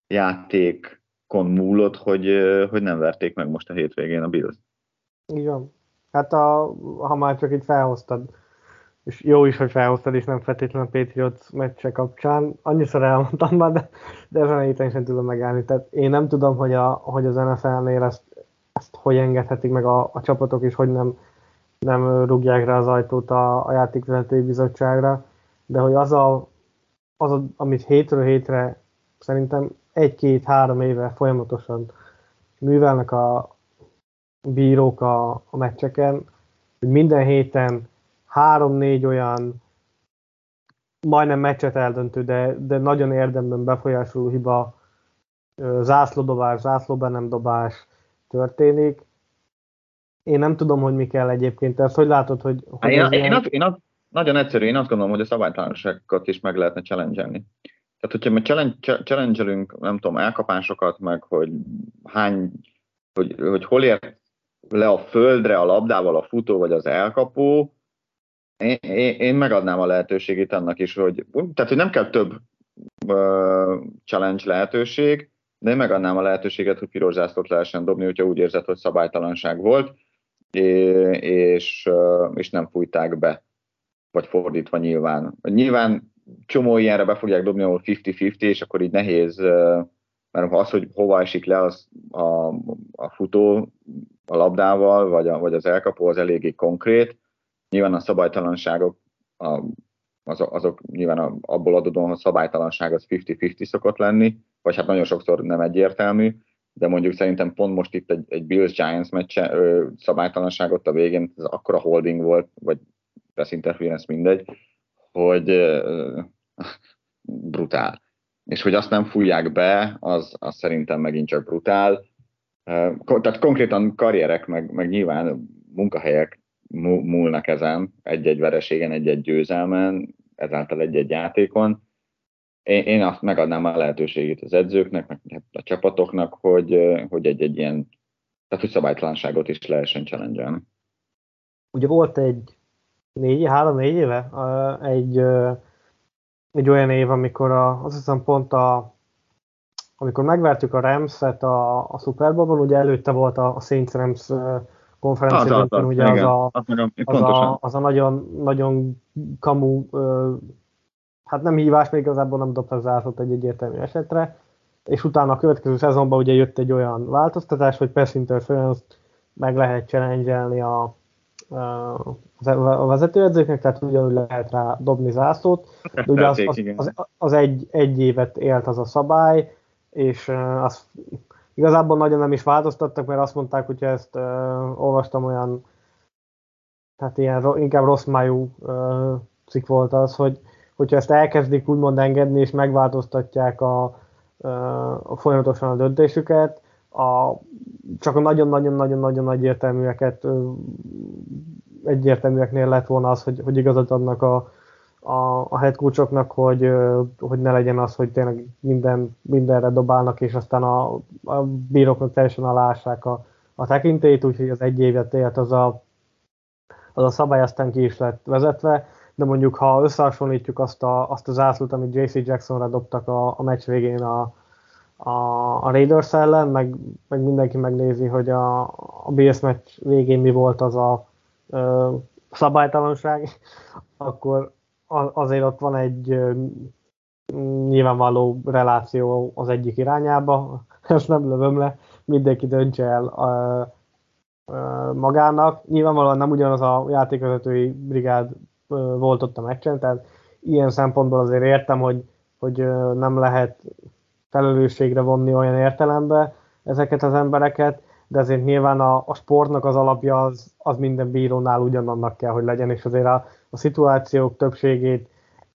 játékon múlott, hogy, hogy nem verték meg most a hétvégén a Bills. Igen. Hát a, ha már csak itt felhoztad, és jó is, hogy felhoztad, és nem feltétlenül a Patriots meccse kapcsán. Annyiszor elmondtam már, de, de ezen a héten sem tudom megállni. Tehát én nem tudom, hogy, a, hogy az en ef el-nél ezt, ezt hogy engedhetik meg a, a csapatok, és hogy nem, nem rúgják rá az ajtót a, a játékvezetői bizottságra, de hogy az, a, az a, amit hétről hétre szerintem egy-két-három éve folyamatosan művelnek a bírók a, a meccseken, hogy minden héten három-négy olyan majdnem meccset eldöntő, de, de nagyon érdemben befolyásoló hiba, zászlódobás, zászlóbe nem dobás történik. Én nem tudom, hogy mi kell egyébként. Te ezt hogy látod, hogy... hogy én, én, ilyen... én, azt, én azt, nagyon egyszerű, én azt gondolom, hogy a szabálytalanságokat is meg lehetne challenge-elni. Tehát, hogyha mi challenge, challenge-elünk, nem tudom, elkapásokat, meg hogy hány, hogy, hogy hol ért le a földre a labdával a futó vagy az elkapó, én, én, én megadnám a lehetőségét annak is, hogy, tehát, hogy nem kell több uh, challenge lehetőség, de én megadnám a lehetőséget, hogy piros zászlót lehessen dobni, hogyha úgy érzed, hogy szabálytalanság volt, és, uh, és nem fújták be, vagy fordítva nyilván. Nyilván csomó ilyenre be fogják dobni, ahol fifty-fifty, és akkor így nehéz, uh, mert az, hogy hova esik le az, a, a futó a labdával, vagy, a, vagy az elkapó, az eléggé konkrét. Nyilván a szabálytalanságok, a, az, azok nyilván a, abból adódóan, hogy szabálytalanság az fifty-fifty szokott lenni, vagy hát nagyon sokszor nem egyértelmű, de mondjuk szerintem pont most itt egy, egy Bills-Giants meccse ö, szabálytalanságot a végén, ez akkora holding volt, vagy pass interference, mindegy, hogy ö, brutál. És hogy azt nem fújják be, az, az szerintem megint csak brutál. Tehát konkrétan karrierek, meg, meg nyilván munkahelyek múlnak ezen, egy-egy vereségen, egy-egy győzelmen, ezáltal egy-egy játékon. Én, én azt megadnám a lehetőségét az edzőknek, meg a csapatoknak, hogy, hogy egy-egy ilyen, tehát hogy szabálytalanságot is lehessen challenge-elni. Ugye volt egy négy, három-négy éve egy, egy olyan év, amikor a, azt hiszem pont a amikor megvertük a Rams-et a, a Super Bowl-ban, ugye előtte volt a, a Saints-Rams konferencia, az, az, ugye az, a, az, az, a, az a nagyon, nagyon kamu, hát nem hívás, még igazából nem dobtak zászlót egy egyértelmű esetre, és utána a következő szezonban ugye jött egy olyan változtatás, hogy pass interference-t meg lehet challenge-elni a, a vezetőedzőknek, tehát ugyanúgy lehet rá dobni zászlót, de ugye az, az, az, az egy, egy évet élt az a szabály, és uh, azt igazából nagyon nem is változtattak, mert azt mondták, hogyha ezt uh, olvastam olyan, hát ilyen inkább rossz májú uh, cikk volt az, hogy hogyha ezt elkezdik úgymond engedni, és megváltoztatják a, uh, a folyamatosan a döntésüket, a, csak a nagyon-nagyon-nagyon-nagyon nagy értelműeket, uh, egyértelműeknél lett volna az, hogy, hogy igazat adnak a a, a head coachoknak, hogy, hogy ne legyen az, hogy tényleg minden, mindenre dobálnak, és aztán a, a bíróknak teljesen aláássák a, a tekintélyt, úgyhogy az egy évet élt az a, az a szabály, aztán ki is lett vezetve. de mondjuk ha összehasonlítjuk azt a, azt a zászlót, amit jé cé Jacksonra dobtak a, a meccs végén a, a, a Raiders ellen, meg, meg mindenki megnézi, hogy a, a Bills meccs végén mi volt az a ö, szabálytalanság, akkor azért ott van egy ö, nyilvánvaló reláció az egyik irányába, ezt nem lövöm le, mindenki döntse el ö, ö, magának. Nyilvánvalóan nem ugyanaz a játékvezetői brigád ö, volt ott a meccsen, tehát ilyen szempontból azért értem, hogy, hogy ö, nem lehet felelősségre vonni olyan értelembe ezeket az embereket, de azért nyilván a, a sportnak az alapja az, az minden bírónál ugyanannak kell, hogy legyen, és azért a, a szituációk többségét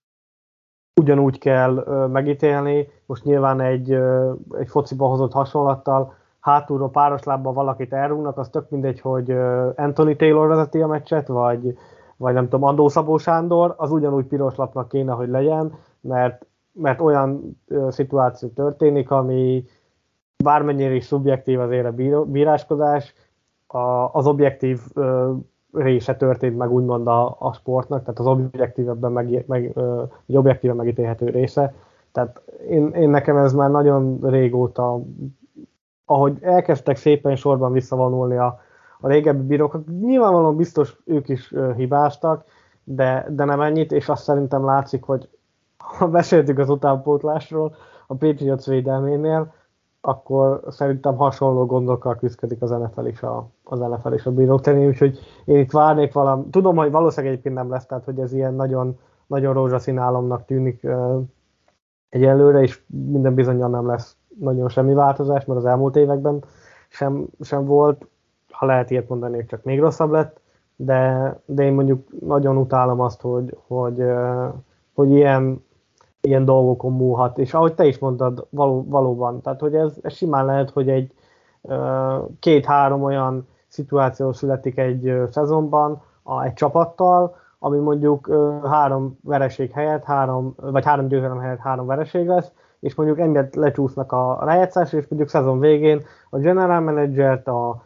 ugyanúgy kell ö, megítélni. Most nyilván egy, ö, egy fociba hozott hasonlattal, hátulról páros lábbal valakit elrúgnak, az tök mindegy, hogy ö, Anthony Taylor vezeti a meccset, vagy, vagy nem tudom, Andó Szabó Sándor, az ugyanúgy piros lapnak kéne, hogy legyen, mert mert olyan ö, szituáció történik, ami bármennyire is szubjektív azért a bíró, bíráskodás, a, az objektív ö, része történt meg úgymond a, a sportnak, tehát az objektívebben meg, meg, ö, objektíven megítélhető része. Tehát én, én nekem ez már nagyon régóta, ahogy elkezdtek szépen sorban visszavonulni a, a régebbi bírók, nyilvánvalóan biztos ők is ö, hibáztak, de, de nem ennyit, és azt szerintem látszik, hogy ha beszéltük az utánpótlásról a Patriots védelménél, akkor szerintem hasonló gondokkal küzdik az en ef el is a, az en ef el és a bírók terén, úgyhogy én itt várnék valami, tudom, hogy valószínűleg egyébként nem lesz, tehát hogy ez ilyen nagyon, nagyon rózsaszín álomnak tűnik uh, egyelőre, és minden bizonnyal nem lesz nagyon semmi változás, mert az elmúlt években sem, sem volt, ha lehet ilyet mondani, csak még rosszabb lett, de, de én mondjuk nagyon utálom azt, hogy, hogy, uh, hogy ilyen ilyen dolgokon múlhat, és ahogy te is mondtad, való, valóban, tehát hogy ez, ez simán lehet, hogy egy uh, két-három olyan szituáció születik egy uh, szezonban a, egy csapattal, ami mondjuk uh, három vereség helyett, három, vagy három győzelem helyett három vereség lesz, és mondjuk emiatt lecsúsznak a rájátszás, és mondjuk szezon végén a general managert, a,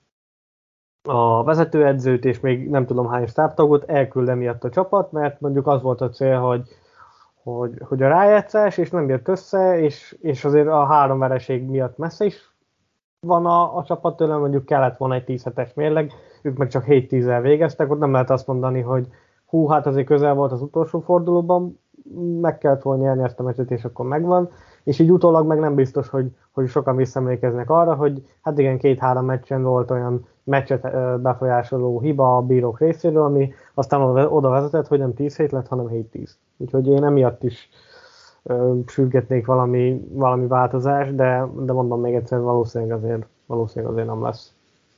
a vezetőedzőt, és még nem tudom hány stábtagot elküld emiatt a csapat, mert mondjuk az volt a cél, hogy Hogy, hogy a rájátszás, és nem jött össze, és, és azért a három vereség miatt messze is van a, a csapat tőle, mondjuk kellett volna egy tíz hetes mérleg, ők meg csak hét-tízzel végeztek, ott nem lehet azt mondani, hogy hú, hát azért közel volt az utolsó fordulóban, meg kellett volna nyerni ezt a meccset, és akkor megvan, és így utólag meg nem biztos, hogy, hogy sokan visszaemlékeznek arra, hogy hát igen, két-három meccsen volt olyan meccset befolyásoló hiba a bírók részéről, ami aztán oda vezetett, hogy nem tíz hét lett, hanem hét-tíz. Úgyhogy én emiatt is ö, sürgetnék valami, valami változás, de, de mondom még egyszer, valószínűleg azért, valószínűleg azért nem lesz.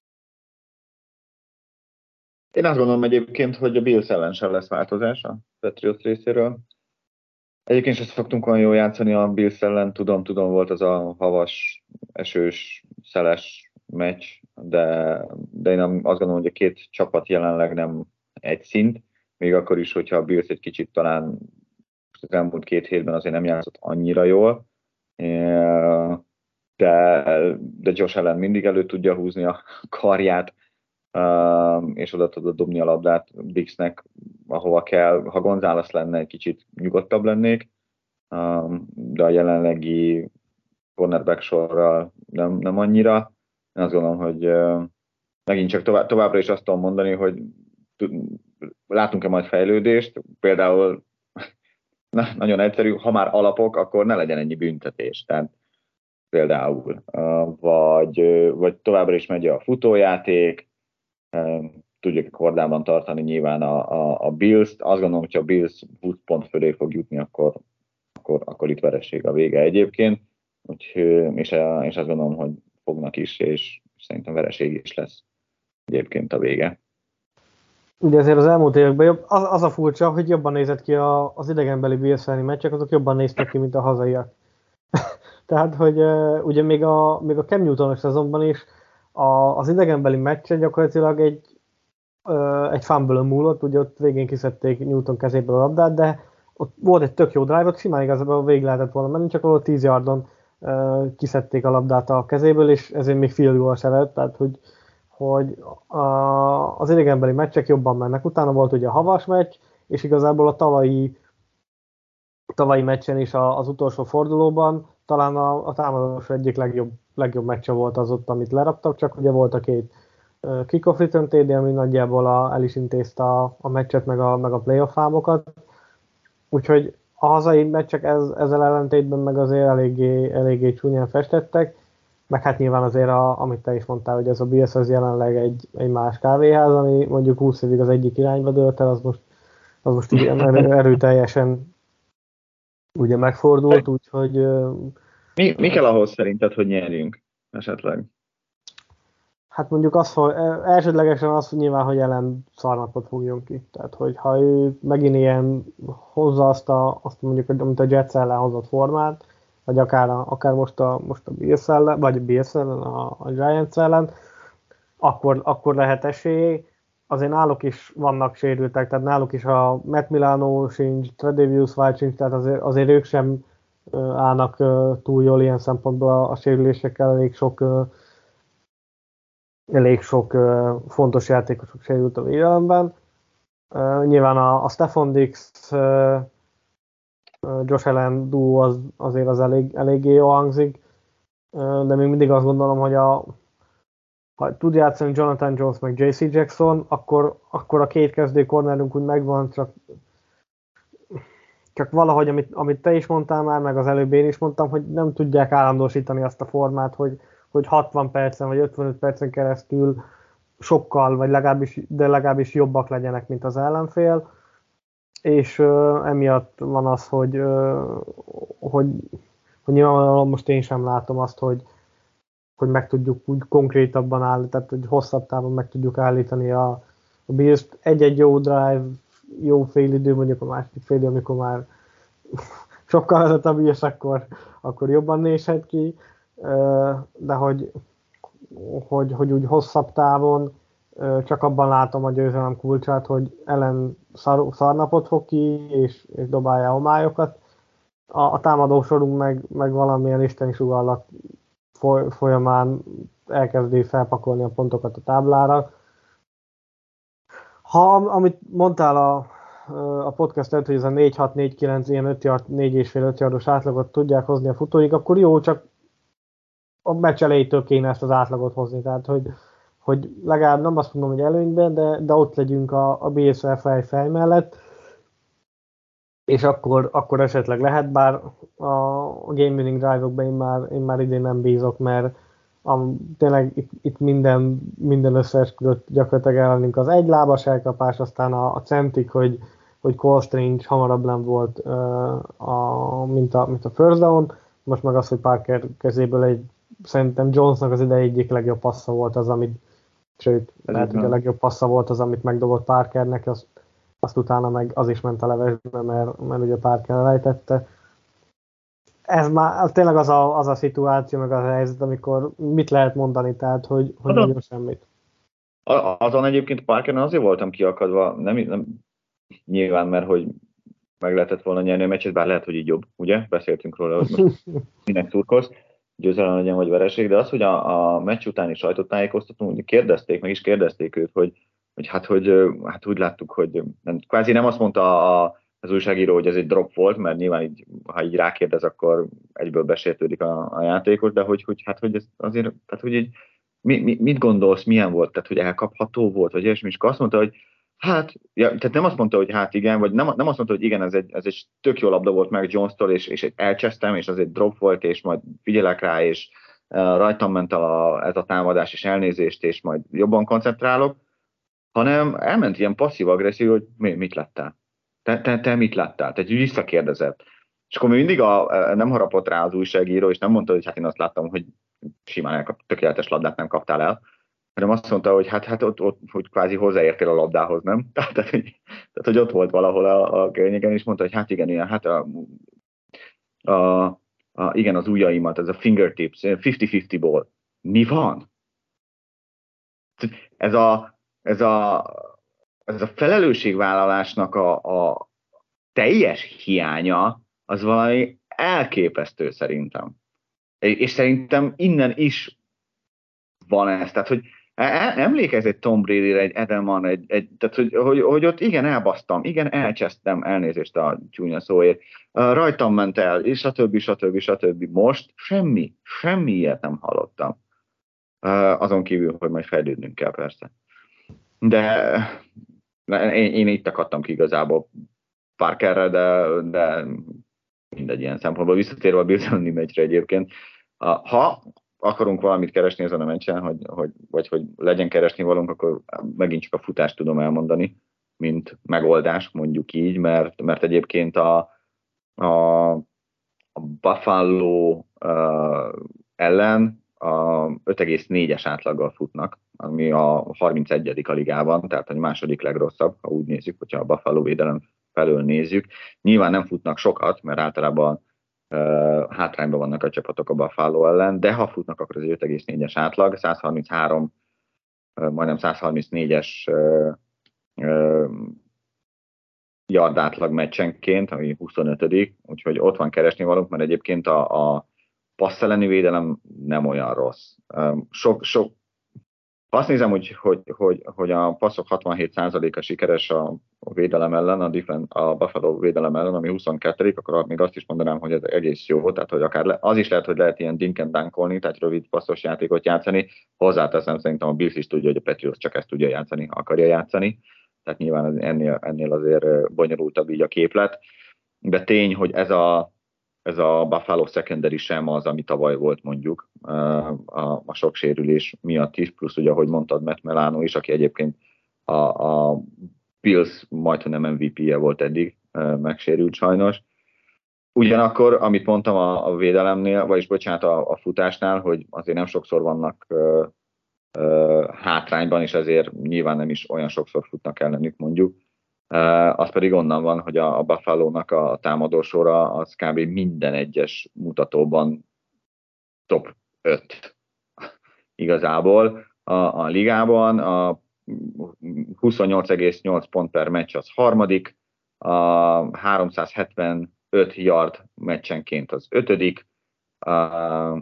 Én azt gondolom egyébként, hogy a Bills ellen sem lesz változás a Patriots részéről. Egyébként sem szoktunk olyan jól játszani a Bills ellen, tudom, tudom, volt az a havas, esős, szeles meccs, de, de én azt gondolom, hogy a két csapat jelenleg nem egy szint, még akkor is, hogyha a Bills egy kicsit talán az elmúlt két hétben azért nem játszott annyira jól, de, de Josh Allen mindig elő tudja húzni a karját, és oda tudod dobni a labdát Dixnek, ahova kell. Ha González lenne, egy kicsit nyugodtabb lennék, de a jelenlegi cornerback sorral nem, nem annyira. Én azt gondolom, hogy megint csak tovább, továbbra is azt tudom mondani, hogy látunk-e majd fejlődést, például na, nagyon egyszerű, ha már alapok, akkor ne legyen ennyi büntetés, tehát például, vagy, vagy továbbra is megy a futójáték, tudjuk kordában tartani nyilván a, a, a Bills-t, azt gondolom, hogy ha a Bills húsz pont fölé fog jutni, akkor, akkor, akkor itt vereség a vége egyébként, úgyhogy, és, és azt gondolom, hogy fognak is, és szerintem vereség is lesz egyébként a vége. Ugye azért az elmúlt években jobb, az, az a furcsa, hogy jobban nézett ki a, az idegenbeli Bills elleni meccsek, azok jobban néztek ki, mint a hazaiak. Tehát, hogy uh, ugye még a, még a Cam Newton-os szezonban is a, az idegenbeli meccsen gyakorlatilag egy, uh, egy fumble-ön múlott, ugye ott végén kiszedték Newton kezéből a labdát, de ott volt egy tök jó drive, ott simán igazából végig lehetett volna menni, csak ahol tíz yardon uh, kiszedték a labdát a kezéből, és ezért még field goal se lett, tehát hogy hogy a, az idegenbeli meccsek jobban mennek. Utána volt ugye a havas meccs, és igazából a tavalyi, tavalyi meccsen is az utolsó fordulóban talán a, a támadós egyik legjobb, legjobb meccse volt az ott, amit leraktak, csak ugye volt a két kick-off return té dé, ami nagyjából a, el is intézte a, a meccset, meg a, meg a playoff álmokat. Úgyhogy a hazai meccsek ez, ezzel ellentétben meg azért eléggé, eléggé csúnyán festettek, meg hát nyilván azért, a, amit te is mondtál, hogy ez a bé es az jelenleg egy, egy más kávéház, ami mondjuk húsz évig az egyik irányba dőlt el, az most, az most ugye erőteljesen ugye megfordult, úgyhogy... Mi, mi kell ahhoz szerinted, hogy nyerjünk esetleg? Hát mondjuk az, hogy elsődlegesen az, hogy nyilván, hogy ellen szarnapot fogjon ki. Tehát, hogy ha ő megint ilyen hozza azt, a, azt mondjuk, amit a Jets ellen hozott formát, vagy akár, a, akár most a, most a Bills ellen, vagy a Bills ellen, a, a Giants ellen, akkor, akkor lehet esély. Azért náluk is vannak sérültek, tehát náluk is a Matt Milano sincs, Tredavious White sincs, tehát azért, azért ők sem állnak túl jól ilyen szempontból a, a sérülésekkel, elég sok elég sok uh, fontos játékosok sérült a védelemben. Uh, nyilván a, a Stephon Diggs, uh, uh, Josh Allen duo az, azért az elég, eléggé jó hangzik, uh, de még mindig azt gondolom, hogy a, ha tud játszani Jonathan Jones meg jé cé Jackson, akkor, akkor a két kezdő cornerünk úgy megvan, csak, csak valahogy, amit, amit te is mondtál már, meg az előbb én is mondtam, hogy nem tudják állandósítani azt a formát, hogy hogy hatvan percen vagy ötvenöt percen keresztül sokkal, vagy legalábbis, de legalábbis jobbak legyenek, mint az ellenfél, és uh, emiatt van az, hogy, uh, hogy, hogy nyilvánvalóan most én sem látom azt, hogy, hogy meg tudjuk úgy konkrétabban állítani, tehát hogy hosszabb távon meg tudjuk állítani a, a Bills-t. Egy-egy jó drive, jó félidő, mondjuk a második félidő, amikor már sokkal vezet a Bills, akkor, akkor jobban nézhet ki, de hogy, hogy, hogy úgy hosszabb távon csak abban látom a győzelem kulcsát, hogy ellen szar, szarnapot fog ki, és, és dobálja a homályokat. A, a támadósorunk meg, meg valamilyen isteni sugallat folyamán elkezdi felpakolni a pontokat a táblára. Ha, amit mondtál a, a podcast előtt, hogy ez a négy hat négy kilenc ilyen öt yard, négy és fél öt yardos átlagot tudják hozni a futóik, akkor jó, csak a meccs elejétől kéne ezt az átlagot hozni, tehát hogy, hogy legalább nem azt mondom, hogy előnyben, de, de ott legyünk a, a bé es el fej fej mellett, és akkor, akkor esetleg lehet, bár a, a game winning drive-okban én már, én már idén nem bízok, mert a, tényleg itt, itt minden, minden összeesküdött gyakorlatilag ellenünk az egylábas elkapás, aztán a, a centik, hogy, hogy Cole Strange hamarabb nem volt, uh, a, mint, a, mint a first down, most meg az, hogy Parker kezéből egy szerintem Jonesnak az ide egyik legjobb passza volt az, amit, sőt, ez lehet, hogy a legjobb passza volt az, amit megdobott Parkernek, azt, azt utána meg az is ment a levesbe, mert, mert ugye Parker elejtette. Ez már tényleg az a, az a szituáció, meg az a helyzet, amikor mit lehet mondani, tehát, hogy, hogy nagyon semmit. Azon egyébként Parkeren azért voltam kiakadva, nem, nem nyilván, mert hogy meg lehetett volna nyerni a meccset, bár lehet, hogy így jobb, ugye? Beszéltünk róla, hogy most minek szurkolsz, győzelem legyen, vagy vereség, de az, hogy a, a meccs utáni sajtótájékoztatón kérdezték, meg is kérdezték őt, hogy, hogy hát, hogy hát úgy láttuk, hogy nem, kvázi nem azt mondta a, az újságíró, hogy ez egy drop volt, mert nyilván így, ha így rákérdez, akkor egyből besértődik a, a játékos, de hogy, hogy hát, hogy ez azért, tehát, hogy így, mi, mi, mit gondolsz, milyen volt, tehát, hogy elkapható volt, vagy ilyesmi, és akkor azt mondta, hogy hát, ja, tehát nem azt mondta, hogy hát igen, vagy nem, nem azt mondta, hogy igen, ez egy, ez egy tök jó labda volt meg Jones-tól, és, és elcsesztem, és az egy drop volt, és majd figyelek rá, és uh, rajtam ment a, ez a támadás, és elnézést, és majd jobban koncentrálok, hanem elment ilyen passzív-agresszív, hogy mi, mit láttál? Te, te, te mit láttál? Tehát visszakérdezett. És akkor mindig a, nem harapott rá az újságíró, és nem mondta, hogy hát én azt láttam, hogy simán elkap, tökéletes labdát nem kaptál el, hanem azt mondta, hogy hát, hát ott, ott hogy kvázi hozzáértél a labdához, nem? Tehát, tehát, hogy, tehát hogy ott volt valahol a, a környéken, és mondta, hogy hát igen, ilyen, hát a, a, a, igen, az ujjaimat, ez a fingertips, fifty-fifty ball. Mi van? Ez a, ez a, ez a felelősségvállalásnak a, a teljes hiánya, az valami elképesztő szerintem. És szerintem innen is van ez, tehát hogy Emlékezz egy Tom Brady-re, egy Edelman, egy, egy, tehát hogy, hogy, hogy ott igen, elbasztam, igen, elcsesztem, elnézést a csúnya szóért, rajtam ment el, és stb. stb. stb. Most semmi, semmi ilyet nem hallottam. Azon kívül, hogy majd fejlődnünk kell persze. De én, én itt akadtam ki igazából Parkerre, de, de mindegy ilyen szempontból. Visszatérve a Bills elleni meccsre egyébként, ha akarunk valamit keresni ezen a meccsen, hogy, hogy, vagy hogy legyen keresni valunk, akkor megint csak a futást tudom elmondani, mint megoldás, mondjuk így, mert, mert egyébként a, a, a Buffalo uh, ellen a öt egész négyes átlaggal futnak, ami a harmincegyedik a ligában, tehát a második legrosszabb, ha úgy nézzük, hogyha a Buffalo védelem felől nézzük. Nyilván nem futnak sokat, mert általában uh, hátrányban vannak a csapatok a Buffalo ellen, de ha futnak, akkor az öt egész négyes átlag, száz harminchárom, uh, majdnem száz harmincnégyes uh, uh, yard átlag meccsenként, ami huszonötödik, úgyhogy ott van keresni valók, mert egyébként a, a passz elleni védelem nem olyan rossz. Um, sok, sok, azt nézem, hogy, hogy, hogy, hogy a passzok hatvanhét százaléka sikeres a védelem ellen, a, defense, a Buffalo védelem ellen, ami huszonkettő akkor még azt is mondanám, hogy ez egész jó, tehát hogy akár le, az is lehet, hogy lehet ilyen dink and dunkolni, tehát rövid passzos játékot játszani. Hozzáteszem, szerintem a Bills is tudja, hogy a Patriots csak ezt tudja játszani, ha akarja játszani, tehát nyilván ennél, ennél azért bonyolultabb így a képlet. De tény, hogy ez a ez a Buffalo secondary sem az, ami tavaly volt mondjuk a, a sok sérülés miatt is, plusz ugye, ahogy mondtad, Matt Milano is, aki egyébként a, a Bills majdnem em vé pé-je volt eddig, megsérült sajnos. Ugyanakkor, amit mondtam a, a védelemnél, vagyis bocsánat, a, a futásnál, hogy azért nem sokszor vannak uh, uh, hátrányban, és ezért nyilván nem is olyan sokszor futnak ellenük mondjuk. Uh, az pedig onnan van, hogy a, a Buffalo-nak a támadósora az kb. Minden egyes mutatóban top öt igazából a, a ligában. A huszonnyolc egész nyolc pont per meccs az harmadik, a háromszázhetvenöt yard meccsenként az ötödik, a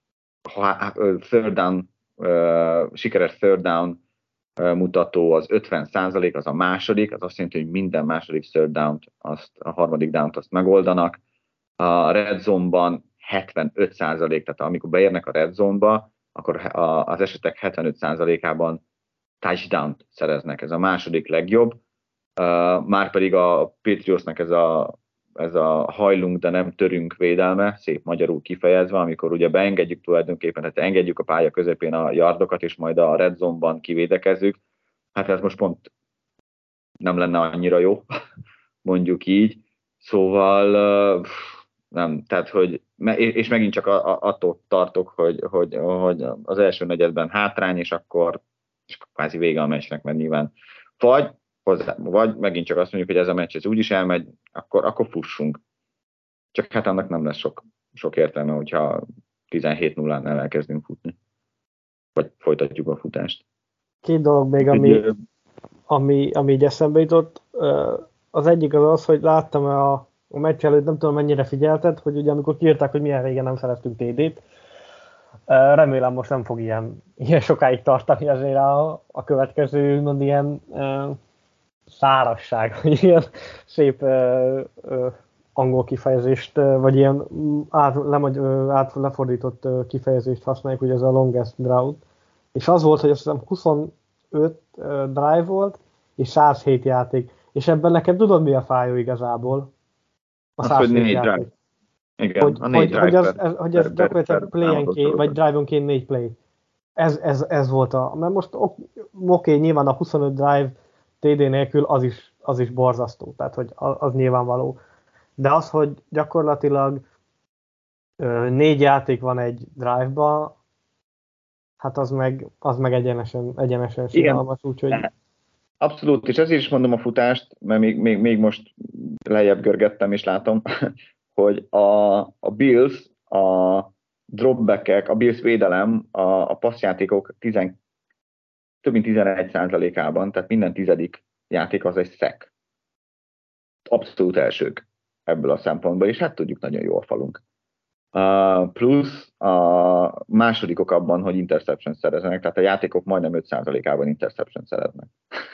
third down, uh, sikeres third down mutató az ötven százalék, az a második, az azt jelenti, hogy minden második third down-t, azt, a harmadik down-t azt megoldanak. A red zone-ban hetvenöt százalék, tehát amikor beérnek a red zone-ba, akkor az esetek hetvenöt százalékában touchdown-t szereznek, ez a második legjobb. Márpedig a Patriotsnak ez a, ez a hajlunk, de nem törünk védelme, szép magyarul kifejezve, amikor ugye beengedjük tulajdonképpen, tehát engedjük a pálya közepén a yardokat, és majd a red zone-ban kivédekezzük. Hát ez most pont nem lenne annyira jó, mondjuk így. Szóval nem, tehát hogy, és megint csak attól tartok, hogy, hogy, hogy az első negyedben hátrány, és akkor és kvázi vége a meccsnek, mert nyilván vagy, hozzá, vagy megint csak azt mondjuk, hogy ez a meccs ez úgyis elmegy, akkor, akkor fussunk. Csak hát annak nem lesz sok, sok értelme, hogyha tizenhét nullánál elkezdünk futni. Vagy folytatjuk a futást. Két dolog még, ami, ami, ami így eszembe jutott. Az egyik az az, hogy láttam a, a meccs előtt, nem tudom mennyire figyelted, hogy ugye amikor kiírták, hogy milyen régen nem szereztünk té dét, remélem most nem fog ilyen, ilyen sokáig tartani azért a, a következő, mond ilyen uh, szárasság, vagy ilyen szép uh, uh, angol kifejezést, uh, vagy ilyen át, lemogy, uh, át lefordított uh, kifejezést használjuk, ugye ez a longest drought. És az volt, hogy azt hiszem huszonöt uh, drive volt, és száz hét játék. És ebben nekem tudod, mi a fájó igazából? A száz hét játék. Drive. Igen, hogy, a négy hogy, drive hogy, az, ez, hogy ez gyakorlatilag playenként, vagy drive-onként négy play. Ez, ez, ez volt a... Mert most oké, okay, nyilván a huszonöt drive té dé nélkül az is, az is borzasztó, tehát hogy az, az nyilvánvaló. De az, hogy gyakorlatilag ö, négy játék van egy drive-ba, hát az meg, az meg egyenesen, egyenesen síralmas, úgyhogy... Abszolút, és ezért is mondom a futást, mert még, még, még most lejjebb görgettem, és látom, hogy a, a Bills, a dropbackek, a Bills védelem, a, a passzjátékok tizen, több mint tizenegy százalékában, tehát minden tizedik játék az egy sack. Abszolút elsők ebből a szempontból, és hát tudjuk, nagyon jó a falunk. Uh, plusz a másodikok abban, hogy interception szereznek, tehát a játékok majdnem öt százalékában interception szereznek.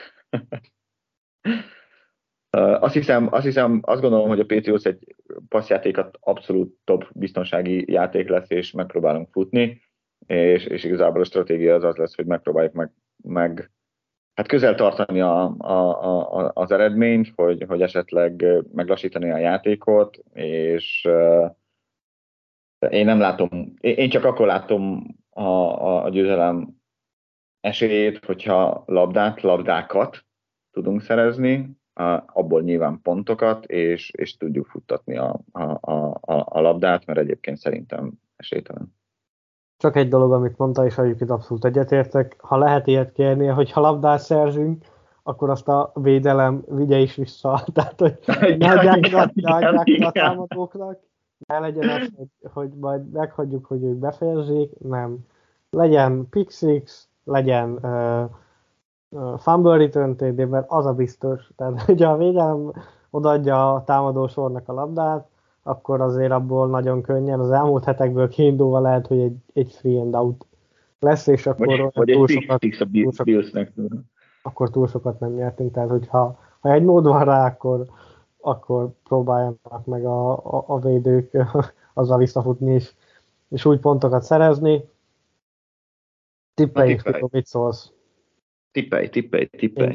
uh, azt, hiszem, azt hiszem, azt gondolom, hogy a Patriots egy passzjátékat abszolút top biztonsági játék lesz, és megpróbálunk futni, és, és igazából a stratégia az az lesz, hogy megpróbáljuk meg, meg hát közel tartani a, a, a, az eredményt, hogy, hogy esetleg meglassítani a játékot, és uh, én nem látom, én csak akkor látom a, a, a győzelem esélyét, hogyha labdát, labdákat tudunk szerezni, abból nyilván pontokat, és, és tudjuk futtatni a, a, a, a labdát, mert egyébként szerintem esélytelen. Csak egy dolog, amit mondta, és egyébként abszolút egyetértek. Ha lehet ilyet kérni, hogy ha labdát szerzünk, akkor azt a védelem vigye is vissza. Tehát, hogy ne adják a támadóknak, ne legyen az, hogy, hogy majd meghagyjuk, hogy ők befejezzék, nem. Legyen pick six, legyen uh, uh, fumble return té dé, mert az a biztos. Tehát, hogyha a védelem odaadja a támadó sornak a labdát, akkor azért abból nagyon könnyen az elmúlt hetekből kiindulva lehet, hogy egy, egy free and out lesz, és akkor vagy, vagy túl, egy sokat, túl, sokat, akkor túl sokat nem nyertünk. Tehát, hogyha ha egy mód van rá, akkor, akkor próbáljanak meg a, a, a védők azzal visszafutni, és, és úgy pontokat szerezni. Tippelj, tippelj. Mit szólsz? Tippelj, tippelj, tippelj.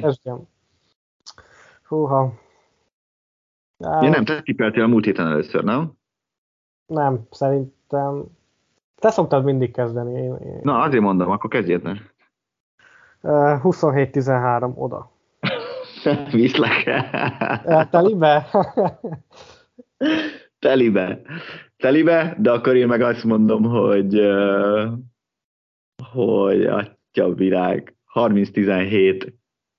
Húha. Ja, nem, te tippeltél a múlt héten először, nem? Nem, szerintem... Te szoktad mindig kezdeni. Én, én... Na, azért mondom, akkor kezdjétek. Uh, huszonhét tizenhárom oda. Viszlek. Telibe? Telibe. Telibe, de akkor én meg azt mondom, hogy uh, hogy atya virág, harminc tizenhét.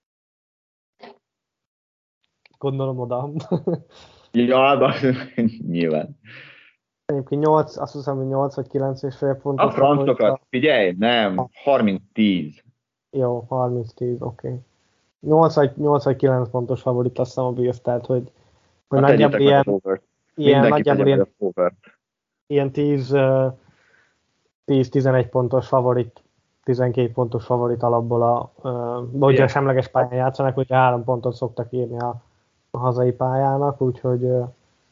Gondolom oda. Ja, de nyilván. Egyébként nyolc, azt hiszem, hogy nyolc vagy kilenc és fél pontos. A francokat, a... figyelj, nem, harminc tíz. Jó, harminc tíz, oké. Okay. nyolc, vagy, nyolc vagy kilenc pontos favorit, azt hiszem a Bills, tehát, hogy, hogy nagyjából ilyen, ilyen, nagyjából ilyen, ilyen tíz-tizenegy pontos favorit, tizenkét pontos favorit alapból a, uh, hogyha a semleges pályán játszanak, hogy három pontot szoktak írni a, a hazai pályának, úgyhogy uh,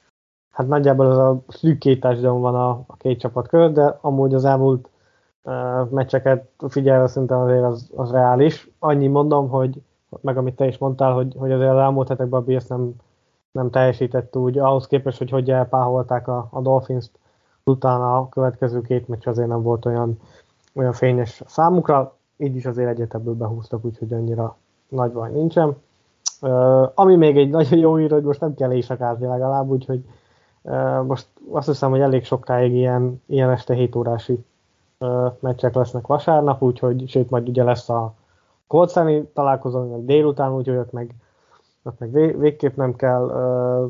hát nagyjából az a szűk két touchdown van a, a két csapat között, de amúgy az elmúlt uh, meccseket figyelve szerintem azért az, az reális. Annyi mondom, hogy meg amit te is mondtál, hogy, hogy azért az elmúlt hetekben a Bills nem, nem teljesített úgy, ahhoz képest, hogy hogy elpáholták a, a Dolphins-t, utána a következő két meccs azért nem volt olyan, olyan fényes számukra, így is azért egyetebből behúztak, úgyhogy annyira nagy baj nincsen. Uh, ami még egy nagyon jó hír, hogy most nem kell éjszakázni legalább, úgyhogy uh, most azt hiszem, hogy elég sokáig ilyen, ilyen este hét órási uh, meccsek lesznek vasárnap, úgyhogy sőt, majd ugye lesz a Colts-elleni találkozó, meg délután, úgyhogy ott meg, ott meg vég, végképp nem kell uh,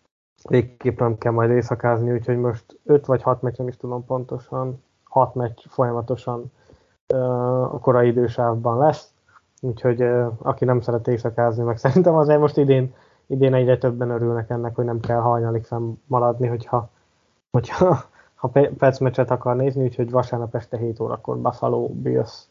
végképp nem kell majd éjszakázni, úgyhogy most öt vagy hat meccs, nem is tudom pontosan, hat meccs folyamatosan uh, a korai idősávban lesz, úgyhogy uh, aki nem szeret éjszakázni, meg szerintem azért most idén, idén egyre többen örülnek ennek, hogy nem kell hajnalig fenn maradni, hogyha, hogyha ha perc meccset akar nézni, úgyhogy vasárnap este hét órakor Buffalo Bills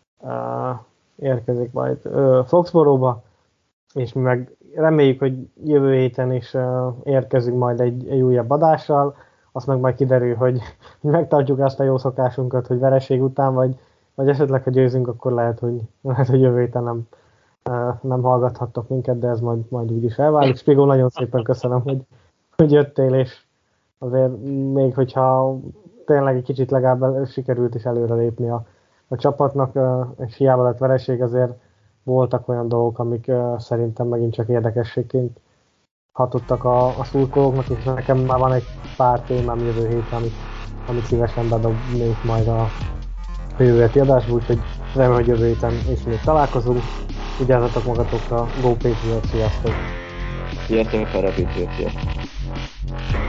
uh, érkezik majd uh, Foxborough-ba, és mi meg reméljük, hogy jövő héten is uh, érkezünk majd egy, egy újabb adással, azt meg majd kiderül, hogy megtartjuk azt a jó szokásunkat, hogy vereség után, vagy, vagy esetleg, ha győzünk, akkor lehet, hogy, lehet, hogy jövő héten nem, uh, nem hallgathattok minket, de ez majd, majd úgy is elválik. Spigó, nagyon szépen köszönöm, hogy, hogy jöttél, és azért még, hogyha tényleg egy kicsit legalább sikerült is előrelépni a, a csapatnak, uh, és hiába lett vereség, azért voltak olyan dolgok, amik uh, szerintem megint csak érdekességként hatottak a, a szurkolóknak, és nekem már van egy pár témám jövő héten, amit, amit szívesen bedobnék majd a jövő heti adásból, úgyhogy remélem, hogy jövő héten ismét találkozunk. Vigyázzatok magatokra, Go Patriots, sziasztok! Sziasztok, Patriots, sziasztok!